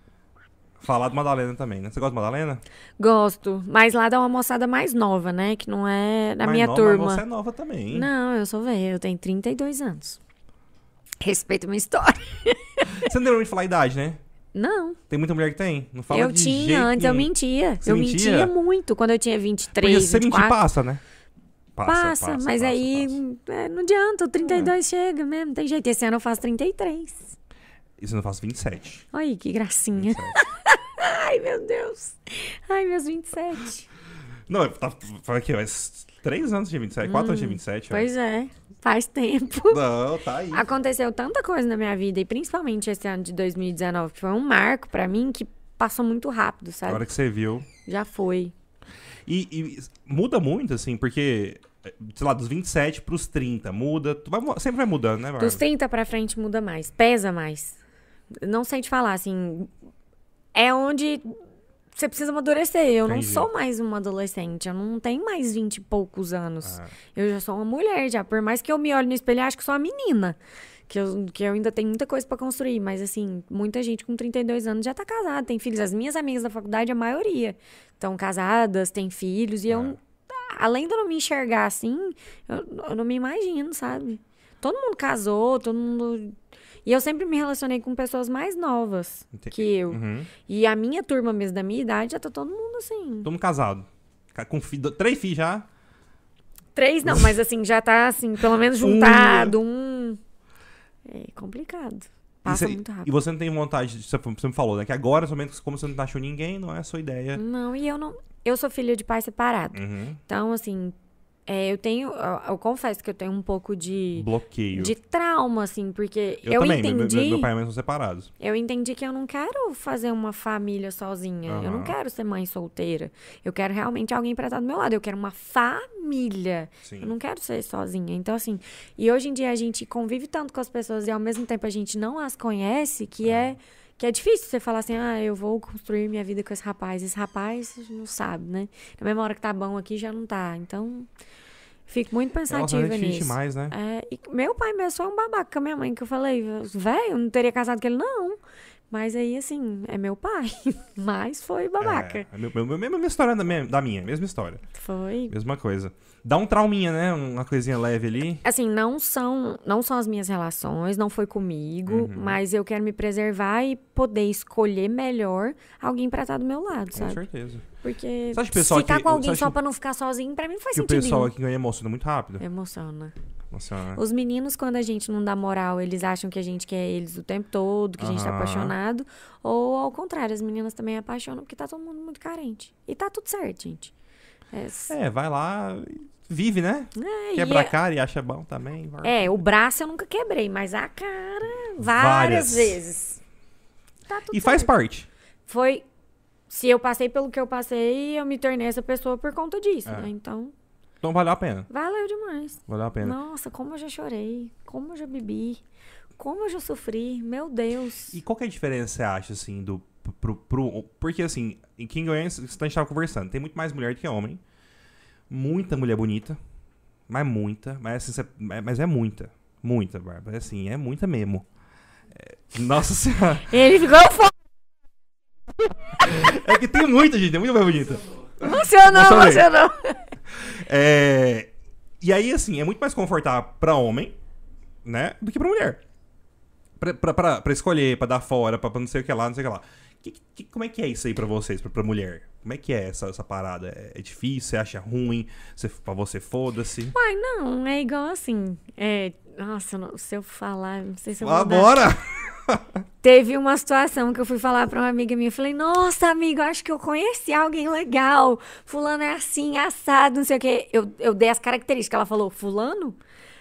Falar do Madalena também, né? Você gosta de Madalena? Gosto. Mas lá dá uma moçada mais nova, né? Que não é da mais minha nova, turma. Mas você é nova também, hein? Não, eu sou velha. Eu tenho trinta e dois anos. Respeita minha história. Você não deu de falar a idade, né? Não. Tem muita mulher que tem. Não fala eu de tinha, jeito antes eu nenhum. mentia. Você eu mentia? mentia muito quando eu tinha vinte e três, Porque se você vinte e quatro. mentir, passa, né? Passa, passa mas passa, aí passa. É, não adianta. O trinta e dois É. chega mesmo. Não tem jeito. Esse ano eu faço trinta e três. Isso eu não faço vinte e sete. Olha que gracinha. vinte e sete. Ai, meu Deus. Ai, meus vinte e sete. Não, tá, foi aqui, mas três anos de vinte e sete, quatro anos de vinte e sete. Pois ó. é, faz tempo. Não, tá aí. Aconteceu tanta coisa na minha vida, e principalmente esse ano de dois mil e dezenove, que foi um marco pra mim que passou muito rápido, A sabe? hora que você viu. Já foi. E, e muda muito, assim, porque, sei lá, dos vinte e sete pros trinta, muda. Vai, sempre vai mudando, né, Bárbara? Dos trinta pra frente muda mais, pesa mais. Não sei te falar, assim, é onde você precisa amadurecer. Eu Entendi. não sou mais uma adolescente, eu não tenho mais vinte e poucos anos. Ah. Eu já sou uma mulher já, por mais que eu me olhe no espelho, eu acho que sou uma menina. Que eu, que eu ainda tenho muita coisa pra construir, mas assim, muita gente com trinta e dois anos já tá casada, tem filhos. As minhas amigas da faculdade, a maioria, estão casadas, têm filhos, e Ah. eu, além de eu não me enxergar assim, eu, eu não me imagino, sabe? Todo mundo casou, todo mundo... E eu sempre me relacionei com pessoas mais novas Entendi. que eu. Uhum. E a minha turma mesmo, da minha idade, já tá todo mundo assim. Todo mundo casado. Com fi... Três filhos já. Três não, mas assim, já tá assim, pelo menos juntado, um... É complicado. Passa e, cê, muito rápido. e você não tem vontade, de, você me falou, né? Que agora, somente como você não achou ninguém, não é a sua ideia. Não, e eu não... Eu sou filha de pai separado. Uhum. Então, assim, é, eu tenho... Eu, eu confesso que eu tenho um pouco de... Bloqueio. De trauma, assim, porque eu, eu, também, entendi... meu, meu pai e mãe são separados. Eu entendi que eu não quero fazer uma família sozinha. Uhum. Eu não quero ser mãe solteira. Eu quero realmente alguém pra estar do meu lado. Eu quero uma família. Sim. Eu não quero ser sozinha. Então, assim... E hoje em dia a gente convive tanto com as pessoas e ao mesmo tempo a gente não as conhece, que é... Que é difícil você falar assim, ah, eu vou construir minha vida com esse rapaz. Esse rapaz não sabe, né? Na mesma hora que tá bom aqui, já não tá. Então, fico muito pensativa Nossa, é difícil nisso. demais, né? É, e meu pai mesmo foi um babaca com a minha mãe, que eu falei, velho, eu não teria casado com ele, não. Mas aí, assim, é meu pai. Mas foi babaca. É, meu, meu, meu, mesma história da minha, da minha, mesma história. Foi. Mesma coisa. Dá um trauminha, né? Uma coisinha leve ali. Assim, não são, não são as minhas relações, não foi comigo, Uhum. mas eu quero me preservar e poder escolher melhor alguém pra estar do meu lado, Com sabe? certeza. Porque Você acha que o pessoal ficar que- com alguém você acha só que- pra não ficar sozinho, pra mim não faz Que o sentido pessoal nenhum. aqui ganha emociona muito rápido. Emociona. Emociona. Os meninos, quando a gente não dá moral, eles acham que a gente quer eles o tempo todo, que a gente tá Aham. apaixonado. Ou ao contrário, as meninas também apaixonam porque tá todo mundo muito carente. E tá tudo certo, gente. É, É, vai lá, vive, né? é, Quebra e a cara e acha bom também. vai. é, o braço eu nunca quebrei, mas a cara várias, Várias. vezes. Tá tudo E faz certo. parte. Foi. Se eu passei pelo que eu passei, eu me tornei essa pessoa por conta disso, É. né? Então, Então valeu a pena. valeu demais. Valeu a pena. Nossa, como eu já chorei, como eu já bebi, como eu já sofri, meu Deus. E qual que é a diferença, você acha, assim, do... Pro, pro, porque, assim, em King Goiânia, a gente tava conversando, tem muito mais mulher do que homem. Muita mulher bonita. Mas muita. Mas, assim, cê- mas é muita. Muita, Bárbara. Assim, é muita mesmo. É, nossa senhora. Ele ficou foda. É que tem muita gente, tem muita mulher bonita. Emocionou, Emocionei. emocionou. É, e aí, assim, é muito mais confortável pra homem, né? Do que pra mulher. Pra, pra, pra, pra escolher, pra dar fora, pra, pra não sei o que lá, não sei o que lá. Que, que, como é que é isso aí pra vocês, pra, pra mulher? Como é que é essa, essa parada? É, é difícil? Você acha ruim? Você, pra você, foda-se? Uai, não, é igual assim. É, nossa, não- se eu falar, não sei se eu vou Ah, dar. bora! Teve uma situação que eu fui falar pra uma amiga minha. Eu falei, nossa, amigo, acho que eu conheci alguém legal. Fulano é assim, assado, não sei o quê. Eu, eu dei as características. Ela falou, fulano?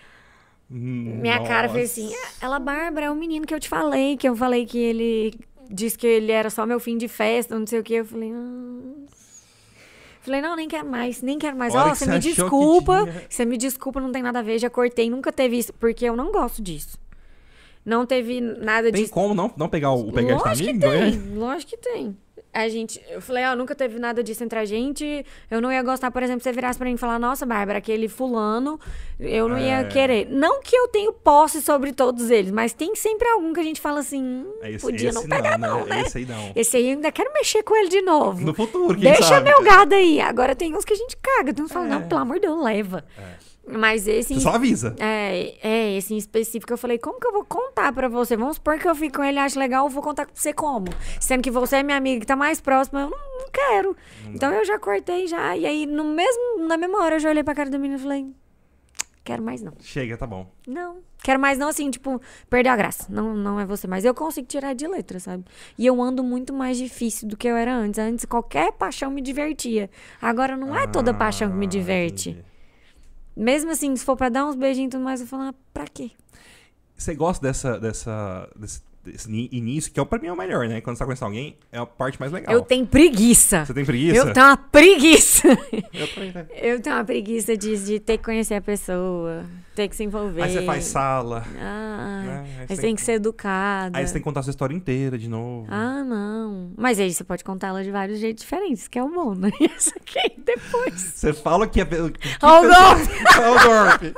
Minha cara fez assim, "Ah, ela, Bárbara, é o menino que eu te falei, que eu falei que ele disse que ele era só meu fim de festa, não sei o quê. Eu falei, ah... Falei, não, nem quero mais, nem quero mais. Hora Ó, que você você me achou que desculpa, tinha. você me desculpa, não tem nada a ver, já cortei, nunca teve isso, porque eu não gosto disso. Não teve nada Tem disso. como não, não pegar o peguete da Lógico que amiga? tem, lógico que tem. A gente, eu falei, ó, nunca teve nada disso entre a gente. Eu não ia gostar, por exemplo, se você virasse pra mim e falar, nossa, Bárbara, aquele fulano, eu não ia É. querer. Não que eu tenho posse sobre todos eles, mas tem sempre algum que a gente fala assim, hum, É esse, podia esse não pegar não, não, né? Esse aí não. Esse aí eu ainda quero mexer com ele de novo. No futuro, quem Deixa sabe? meu gado aí. Agora tem uns que a gente caga. Tem uns que falam, É. não, pelo amor de Deus, leva. Mas esse... Você só avisa. É, é, esse em específico eu falei, como que eu vou contar pra você? Vamos supor que eu fico com ele e acho legal, eu vou contar pra você como? Sendo que você é minha amiga que tá mais próxima, eu não, não quero. Então eu já cortei já. E aí, no mesmo, na mesma hora, eu já olhei pra cara do menino e falei, quero mais não. Chega, tá bom. Não. Quero mais não, assim, tipo, perdeu a graça. Não, não é você. Mas eu consigo tirar de letra, sabe? E eu ando muito mais difícil do que eu era antes. Antes, qualquer paixão me divertia. Agora, não é toda paixão que me Ah, diverte. entendi. Mesmo assim, se for pra dar uns beijinhos e tudo mais, eu falo, ah, pra quê? Você gosta dessa, dessa, desse, desse ni- início, que é, pra mim é o melhor, né? Quando você tá conhecendo alguém, é a parte mais legal. Eu tenho preguiça. Você tem preguiça? Eu tenho uma preguiça. Eu também, né? Eu tenho uma preguiça de, de ter que conhecer a pessoa, ter que se envolver. Aí você faz sala, Ah, né? aí você você tem que ser educada. Aí você tem que contar a sua história inteira de novo. Ah, não. Mas aí você pode contar ela de vários jeitos diferentes, que é o bom, né? Isso aqui depois. Você fala que a pessoa... Ó o golpe! Olha o golpe!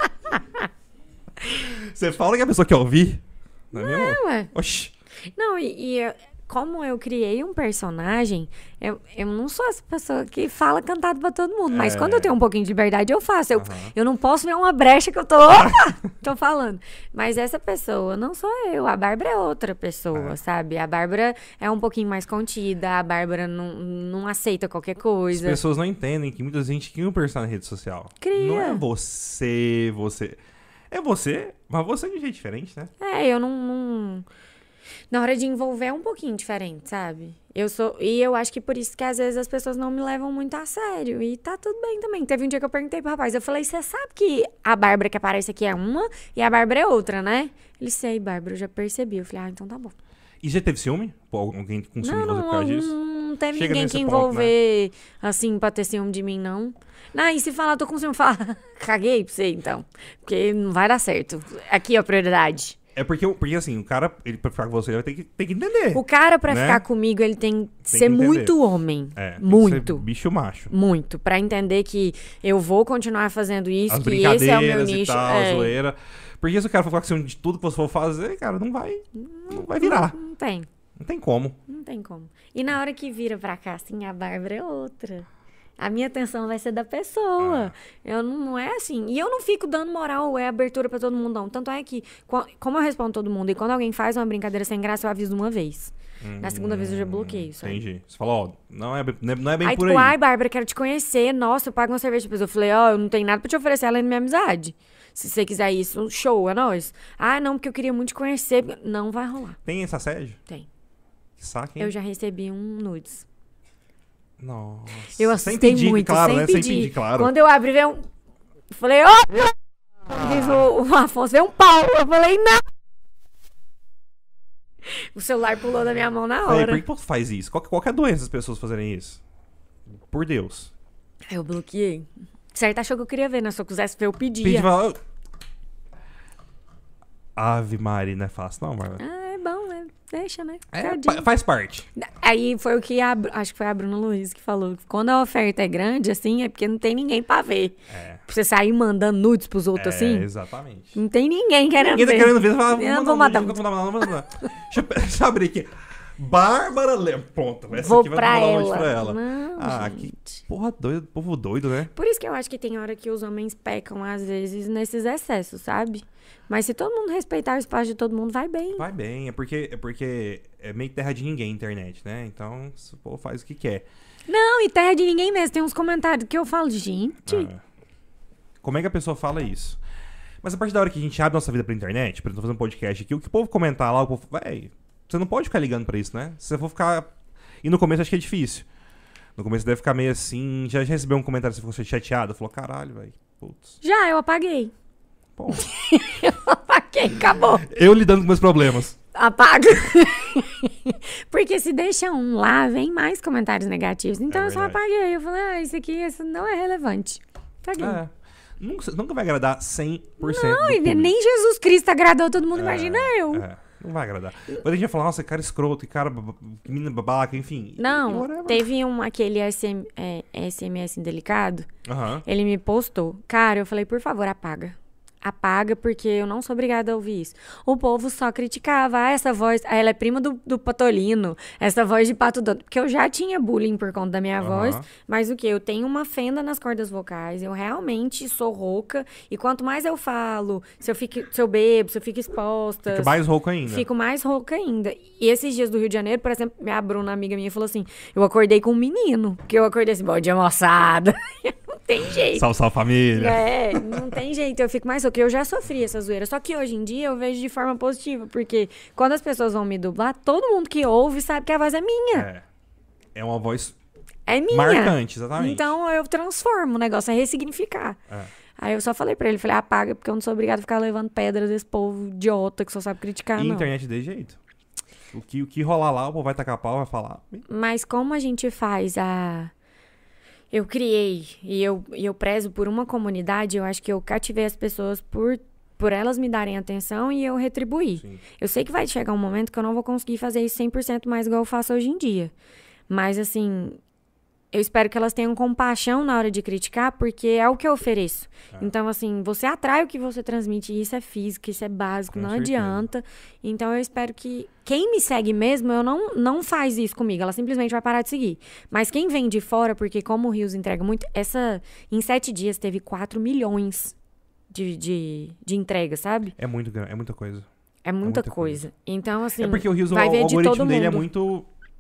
Você fala que a pessoa quer ouvir, não é mesmo? Não, é. Oxi. Não, e, e eu- como eu criei um personagem, eu, eu não sou essa pessoa que fala cantado pra todo mundo. Mas É. quando eu tenho um pouquinho de liberdade, eu faço. Eu, Aham. eu não posso ver uma brecha que eu tô. Opa! Tô falando. Mas essa pessoa não sou eu. A Bárbara é outra pessoa, É. sabe? A Bárbara é um pouquinho mais contida. A Bárbara não, não aceita qualquer As coisa. pessoas não entendem que muita gente cria um personagem na rede social. Cria. Não é você, você... É você, mas você de um jeito diferente, né? É, eu não, não- Na hora de envolver é um pouquinho diferente, sabe? Eu sou... E eu acho que por isso que às vezes as pessoas não me levam muito a sério. E tá tudo bem também. Teve um dia que eu perguntei pro rapaz, eu falei, você sabe que a Bárbara que aparece aqui é uma e a Bárbara é outra, né? Ele, sei, Bárbara, eu já percebi. Eu falei, ah, então tá bom. E já teve ciúme? Pô, alguém com ciúme Não, de você por não, causa disso? não, não teve Chega ninguém nesse que ponto, né? envolver, assim, pra ter ciúme de mim, não. Não, e se falar, tô com ciúme, fala, caguei pra você, então. Porque não vai dar certo. Aqui, ó, a prioridade. É porque, porque assim, o cara, ele pra ficar com você, ele vai ter que, ter que entender. O cara, pra Né? ficar comigo, ele tem que que ser entender. muito homem. É, tem que muito. ser bicho macho. Muito. Pra entender que eu vou continuar fazendo isso, As que esse é o meu brincadeiras e nicho. tal, é, zoeira. Porque se o cara for falar com você de tudo que você for fazer, cara, não vai, não vai virar. Não tem. Não tem como. Não tem como. E na hora que vira pra cá, assim, a Bárbara é outra. A minha atenção vai ser da pessoa. É. Eu não, não é assim. E eu não fico dando moral ou é abertura pra todo mundo, não. Tanto é que, como eu respondo todo mundo, e quando alguém faz uma brincadeira sem graça, eu aviso uma vez. Hum, Na segunda vez eu já bloqueio, sabe? Entendi. Você falou, ó, não é, não é bem aí, por tipo, aí. Ai, Bárbara, quero te conhecer. Nossa, eu pago uma cerveja pra pessoa. Eu falei, ó, oh, eu não tenho nada pra te oferecer além da minha amizade. Se você quiser isso, show, é nóis. Ah, não, porque eu queria muito te conhecer. Não vai rolar. Tem esse assédio? Tem. Que saco, hein? Eu já recebi um nudes. Nossa. Eu assustei pedir, muito, claro, sem né? pedir. Sem pedir, claro. Quando eu abri, veio um... Falei, ó! Oh! O, o Afonso veio um pau. Eu falei, não! O celular pulou da minha mão na hora. Aí, por que você faz isso? Qual, qual que é a doença das pessoas fazerem isso? Por Deus. Aí eu bloqueei. Certo, achou que eu queria ver, né? Se eu quisesse ver, eu pedia. Pedi, fala... Ave Maria, não é fácil não, Marla. Ah, é bom, né? Deixa, né? É, pa- faz parte. Aí foi o que a, acho que foi a Bruna Luiz que falou. Quando a oferta é grande, assim, é porque não tem ninguém pra ver. É. Pra você sair mandando nudes pros outros, É, assim. exatamente. Não tem ninguém querendo Ninguém tá ver. querendo ver. Você fala, Eu não vou vou matar. Deixa eu, mandar, não, não, não. deixa, eu, deixa eu abrir aqui. Bárbara Lemos. Pronto. Essa Vou aqui vai pra mandar um ela. nude pra ela. Não, ah, gente. que porra doido. Povo doido, né? Por isso que eu acho que tem hora que os homens pecam, às vezes, nesses excessos, sabe? Mas se todo mundo respeitar o espaço de todo mundo, vai bem. Vai bem. É porque é, porque é meio terra de ninguém a internet, né? Então, o povo faz o que quer. Não, e terra de ninguém mesmo. Tem uns comentários que eu falo, gente... Ah. Como é que a pessoa fala isso? Mas a partir da hora que a gente abre nossa vida pra internet, por exemplo, tô fazendo um podcast aqui, o que o povo comentar lá, o povo... Véi, você não pode ficar ligando pra isso, né? Se você for ficar... E no começo acho que é difícil. No começo deve ficar meio assim... Já, já recebeu um comentário, você ficou chateado? Falou, caralho, velho. Putz. Já, eu apaguei. Bom. Eu apaguei, acabou. Eu lidando com meus problemas. Apaga. Porque se deixa um lá, vem mais comentários negativos. Então É eu só verdade. apaguei. Eu falei, ah, isso aqui isso não é relevante. Apaguei. É. Nunca, nunca vai agradar cem por cento Não, do e público. nem Jesus Cristo agradou todo mundo, É, imagina eu. É, não vai agradar. Depois a gente vai falar, nossa, cara escroto, e cara, bab- menina babaca, enfim. E Não, whatever. teve um, aquele S M, é, S M S indelicado, Aham. ele me postou. Cara, eu falei, por favor, apaga. Apaga, porque eu não sou obrigada a ouvir isso. O povo só criticava. Ah, essa voz... Ah, ela é prima do, do Patolino. Essa voz de Pato Donald. Porque eu já tinha bullying por conta da minha Aham. voz. Mas o quê? Eu tenho uma fenda nas cordas vocais. Eu realmente sou rouca. E quanto mais eu falo, se eu, fico, se eu bebo, se eu fico exposta... Fica mais rouco ainda. Fico mais rouca ainda. E esses dias do Rio de Janeiro, por exemplo, minha Bruna, amiga minha, falou assim... Eu acordei com um menino. Porque eu acordei assim, bom dia, moçada. Não tem jeito. Salve, salve, família. É, não tem jeito, eu fico mais rouca. Eu já sofri essa zoeira. Só que hoje em dia eu vejo de forma positiva. Porque quando as pessoas vão me dublar, todo mundo que ouve sabe que a voz é minha. É. É uma voz É minha. marcante, exatamente. Então eu transformo, o negócio é ressignificar. É. Aí eu só falei pra ele, falei, apaga, porque eu não sou obrigada a ficar levando pedras desse povo idiota que só sabe criticar, E não. internet de jeito. O que, o que rolar lá, o povo vai tacar pau, vai falar. Mas como a gente faz a... Eu criei e eu, e eu prezo por uma comunidade, eu acho que eu cativei as pessoas por, por elas me darem atenção e eu retribuir. Sim. Eu sei que vai chegar um momento que eu não vou conseguir fazer isso cem por cento mais igual eu faço hoje em dia. Mas, assim, eu espero que elas tenham compaixão na hora de criticar, porque é o que eu ofereço. É. Então, assim, você atrai o que você transmite, e isso é físico, isso é básico, Com não certeza. adianta. Então, eu espero que quem me segue mesmo, eu não, não faz isso comigo, ela simplesmente vai parar de seguir. Mas quem vem de fora, porque como o Rios entrega muito, essa, em sete dias teve quatro milhões de, de, de entrega, sabe? É, muito, gran- é muita coisa. É muita, muita coisa. Então, assim, é porque o Rios, o, vai o ver de todo algoritmo dele é mundo. muito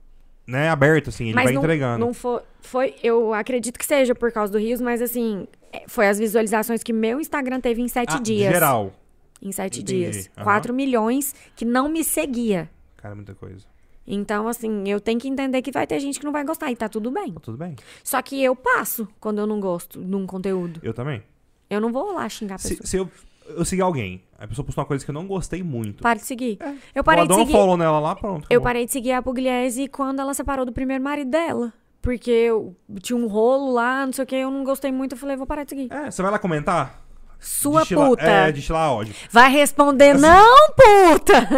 né, aberto, assim. Ele Mas vai não, entregando. não foi, foi... Eu acredito que seja por causa do Rios, mas, assim, é, foi as visualizações que meu Instagram teve em sete Ah, dias. geral. Em sete Entendi. dias. Aham. quatro milhões que não me seguia. Cara, é muita coisa. Então, assim, eu tenho que entender que vai ter gente que não vai gostar e tá tudo bem. Tá tudo bem. Só que eu passo quando eu não gosto de um conteúdo. Eu também. Eu não vou lá xingar a Se, pessoa. se eu, eu seguir alguém, a pessoa postou uma coisa que eu não gostei muito. Pare de seguir. É. Eu parei Vou de dar um seguir. follow nela lá, pronto. Eu acabou. parei de seguir a Pugliese quando ela separou do primeiro marido dela. Porque eu tinha um rolo lá, não sei o que, eu não gostei muito. Eu falei, vou parar de seguir. É, você vai lá comentar? Sua Destilar- puta. É, destilar ódio. Vai responder, não, puta!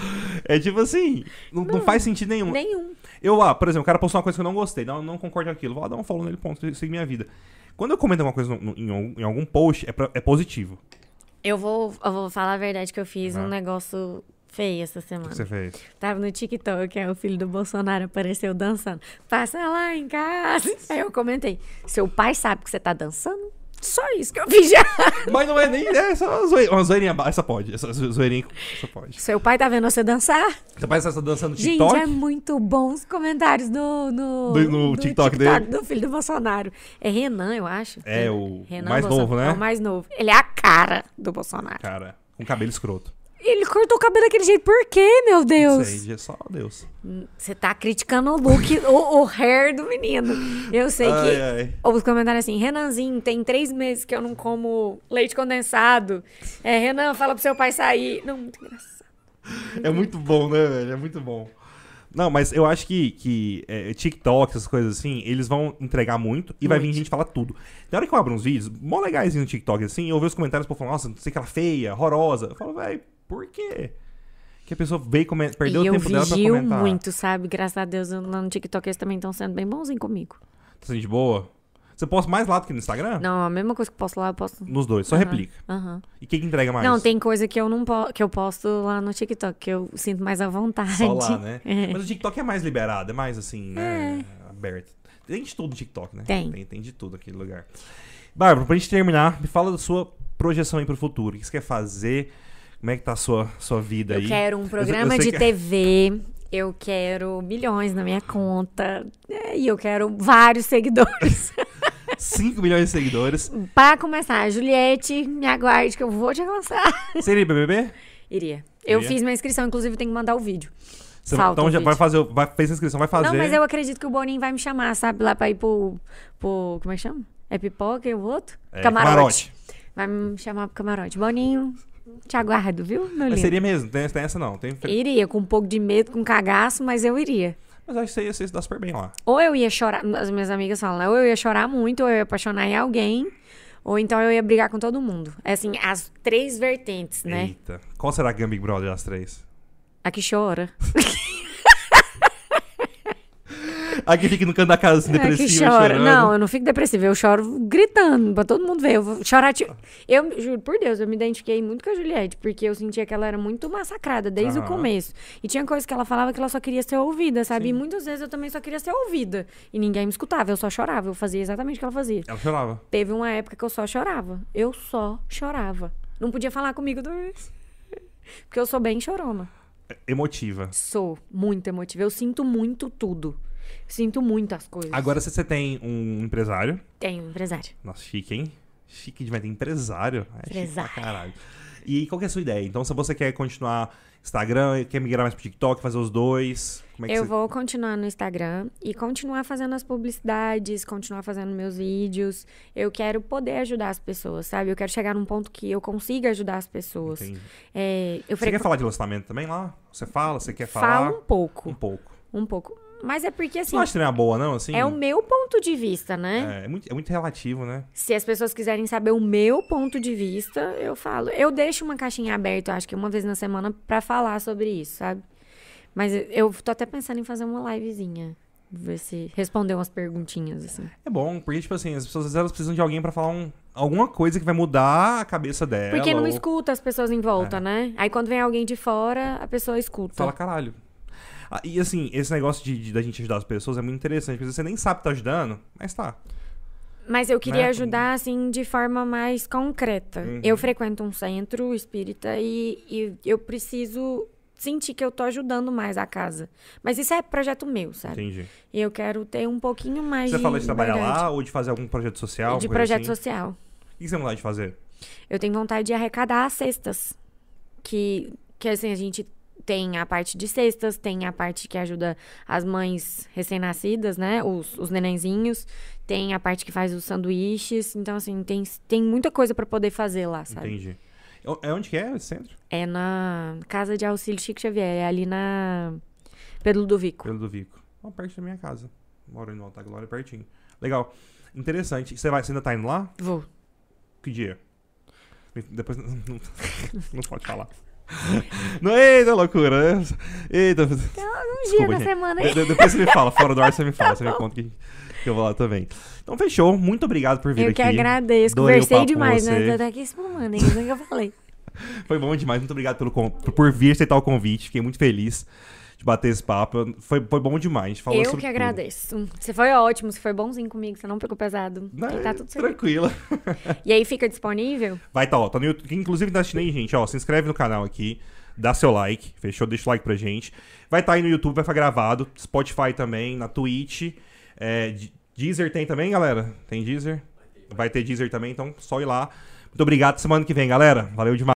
É tipo assim, não, não faz sentido nenhum. Nenhum. Eu, ah, por exemplo, o cara postou uma coisa que eu não gostei, não, não concordo com aquilo. Vou lá dar um follow nele, ponto, seguir minha vida. Quando eu comento alguma coisa no- no- em, algum- em algum post, é, pra- é positivo. Eu vou, eu vou falar a verdade que eu fiz Ah. um negócio feia essa O semana. que você fez? Tava no TikTok, aí o filho do Bolsonaro apareceu dançando. Passa lá em casa. Aí eu comentei, seu pai sabe que você tá dançando? Só isso que eu vi já. Mas não é nem... É só uma zoeirinha, uma zoeirinha. Essa pode. Essa zoeirinha... Essa pode. Seu pai tá vendo você dançar? Seu pai está dançando no TikTok? Gente, é muito bom os comentários do, no, Do- no do TikTok dele. do filho do Bolsonaro. É Renan, eu acho. É, o Renan mais Bolsonaro. novo, né? É o mais novo. Ele é a cara do Bolsonaro. Cara, com cabelo escroto. Ele cortou o cabelo daquele jeito. Por quê, meu Não Deus? sei, só Deus. Você tá criticando o look, o, o hair do menino. Eu sei Ai, que ai. os comentários assim, Renanzinho, tem três meses que eu não como leite condensado. É, Renan, fala pro seu pai sair. Não, muito engraçado. É muito bom, né, velho? É muito bom. Não, mas eu acho que, que é, TikTok, essas coisas assim, eles vão entregar muito e vai vir Muito. gente falar tudo. Na hora que eu abro uns vídeos, mó legais no TikTok, assim, eu vejo os comentários, o povo falando, nossa, não sei que ela feia, horrorosa. Eu falo, velho, por quê? Que a pessoa veio comentar, perdeu E o eu tempo dela pra vigio comentar. muito, sabe? Graças a Deus, eu- lá no TikTok eles também estão sendo bem bonzinhos comigo. Tá sendo de boa? Você posta mais lá do que no Instagram? Não, a mesma coisa que eu posto lá, eu posto... Nos dois, só Aham, replica. aham. E quem que entrega mais? Não, tem coisa que eu não po- que eu posto lá no TikTok, que eu sinto mais à vontade. Só lá, né? É. Mas o TikTok é mais liberado, é mais assim, né? Aberto. Tem de tudo no TikTok, né? Tem. Tem, tem de tudo aquele lugar. Bárbara, pra gente terminar, me fala da sua projeção aí pro futuro. O que você quer fazer? Como é que tá a sua, sua vida Eu aí? quero um eu programa sei de que- T V, eu quero milhões na minha conta, é, e eu quero vários seguidores. cinco milhões de seguidores. Pra começar, Juliette, me aguarde que eu vou te alcançar. Você iria pra B B B? Iria. Eu Iria? fiz minha inscrição, inclusive tenho que mandar o vídeo. Você- Falta então o já vai vídeo. fazer, vai, fez a inscrição, vai fazer. Não, mas eu acredito que o Boninho vai me chamar, sabe? Lá pra ir pro, pro como é que chama? É pipoca e o outro? É, Camarote. Vai me chamar pro camarote. Boninho, te aguardo, viu, meu Mas lindo? seria mesmo, tem, tem essa não. Tem... Iria, com um pouco de medo, com cagaço, mas eu iria. Mas eu acho que você ia se dar super bem lá. Ou eu ia chorar, as minhas amigas falam, né? Ou eu ia chorar muito, ou eu ia apaixonar em alguém, ou então eu ia brigar com todo mundo. É assim, as três vertentes, né? Eita. Qual será que é o Big Brother das três? A que chora. Aqui fica no canto da casa assim, A que depressiva, chora. chorando. Não, eu não fico depressiva, eu choro gritando pra todo mundo ver. Eu vou chorar, tipo... Eu juro por Deus, eu me identifiquei muito com a Juliette, porque eu sentia que ela era muito massacrada desde Aham. o começo. E tinha coisas que ela falava que ela só queria ser ouvida, sabe? Sim. E muitas vezes eu também só queria ser ouvida. E ninguém me escutava, eu só chorava, eu fazia exatamente o que ela fazia. Ela chorava. Teve uma época que eu só chorava. Eu só chorava. Não podia falar comigo do... Porque eu sou bem chorona. Emotiva. Sou muito emotiva. Eu sinto muito tudo. Sinto muito as coisas. Agora, se você tem um empresário... Tenho um empresário. Nossa, chique, hein? Chique demais. Tem empresário. É chique Empresário. pra caralho. E qual que é a sua ideia? Então, se você quer continuar Instagram, quer migrar mais pro TikTok, fazer os dois... Como é que Eu você... vou continuar no Instagram e continuar fazendo as publicidades, continuar fazendo meus vídeos. Eu quero poder ajudar as pessoas, sabe? Eu quero chegar num ponto que eu consiga ajudar as pessoas. Entendi. É, eu Você frequ- quer falar de lançamento também lá? Você fala? Você quer falar? Falo um pouco. Um pouco. Um pouco. Mas é porque, Você assim, não acha que não é boa, não? Assim, é o meu ponto de vista, né? é, é muito, é muito relativo, né? Se as pessoas quiserem saber o meu ponto de vista, eu falo. Eu deixo uma caixinha aberta, eu acho que uma vez na semana, pra falar sobre isso, sabe? Mas eu- eu tô até pensando em fazer uma livezinha. Ver se responder umas perguntinhas, assim. É bom, porque, tipo assim, as pessoas às vezes elas precisam de alguém pra falar um, alguma coisa que vai mudar a cabeça dela. Porque não ou escuta as pessoas em volta, É. né? Aí quando vem alguém de fora, a pessoa escuta. Fala, caralho. Ah, e assim, esse negócio de, de- da gente ajudar as pessoas é muito interessante, porque você nem sabe que tá ajudando, mas tá. Mas eu queria Né? ajudar, assim, de forma mais concreta. Uhum. Eu frequento um centro espírita e, e eu preciso sentir que eu tô ajudando mais a casa. Mas isso é projeto meu, sabe? Entendi. E eu quero ter um pouquinho mais Você de fala de trabalhar liberdade. lá ou de fazer algum projeto social? De alguma coisa projeto assim? social. O que você tem vontade de fazer? Eu tenho vontade de arrecadar as cestas. Que, que assim, a gente tem a parte de cestas, tem a parte que ajuda as mães recém-nascidas, né? Os, os nenenzinhos. Tem a parte que faz os sanduíches. Então, assim, tem, tem muita coisa pra poder fazer lá, sabe? Entendi. É onde que é esse centro? É na Casa de Auxílio Chico Xavier. É ali na Pedro Ludovico. Pelo do Vico. Ó, perto da minha casa. Moro no Alta Glória, pertinho. Legal. Interessante. Você, vai, você ainda tá indo lá? Vou. Que dia? Me- Depois não, não, não pode falar. Não, eita loucura. né? Eita. Um dia Desculpa, da gente. semana De- aí. de- depois você me fala, fora do ar você me fala, você me conta que, que eu vou lá também. Então fechou, muito obrigado por vir Eu aqui. que agradeço. Adorei o Conversei papo com demais, você. né? Tô até aqui espumando, hein? Isso que eu falei. Foi bom demais. Muito obrigado pelo, con- por vir aceitar o convite. Fiquei muito feliz de bater esse papo. Foi, foi bom demais. A gente falou Eu sobre que tudo. agradeço. Você foi ótimo, você foi bonzinho comigo, você não pegou pesado. Não, E tá tudo certo. tranquila. E aí fica disponível? Vai tá, ó. Tá no YouTube. Inclusive, tá assistindo aí, gente. Ó, se inscreve no canal aqui. Dá seu like. Fechou? Deixa o like pra gente. Vai estar tá aí no YouTube, vai ficar gravado. Spotify também, na Twitch. É, Deezer tem também, galera? Tem Deezer? Vai ter Deezer também, então só ir lá. Muito obrigado. Semana que vem, galera. Valeu demais.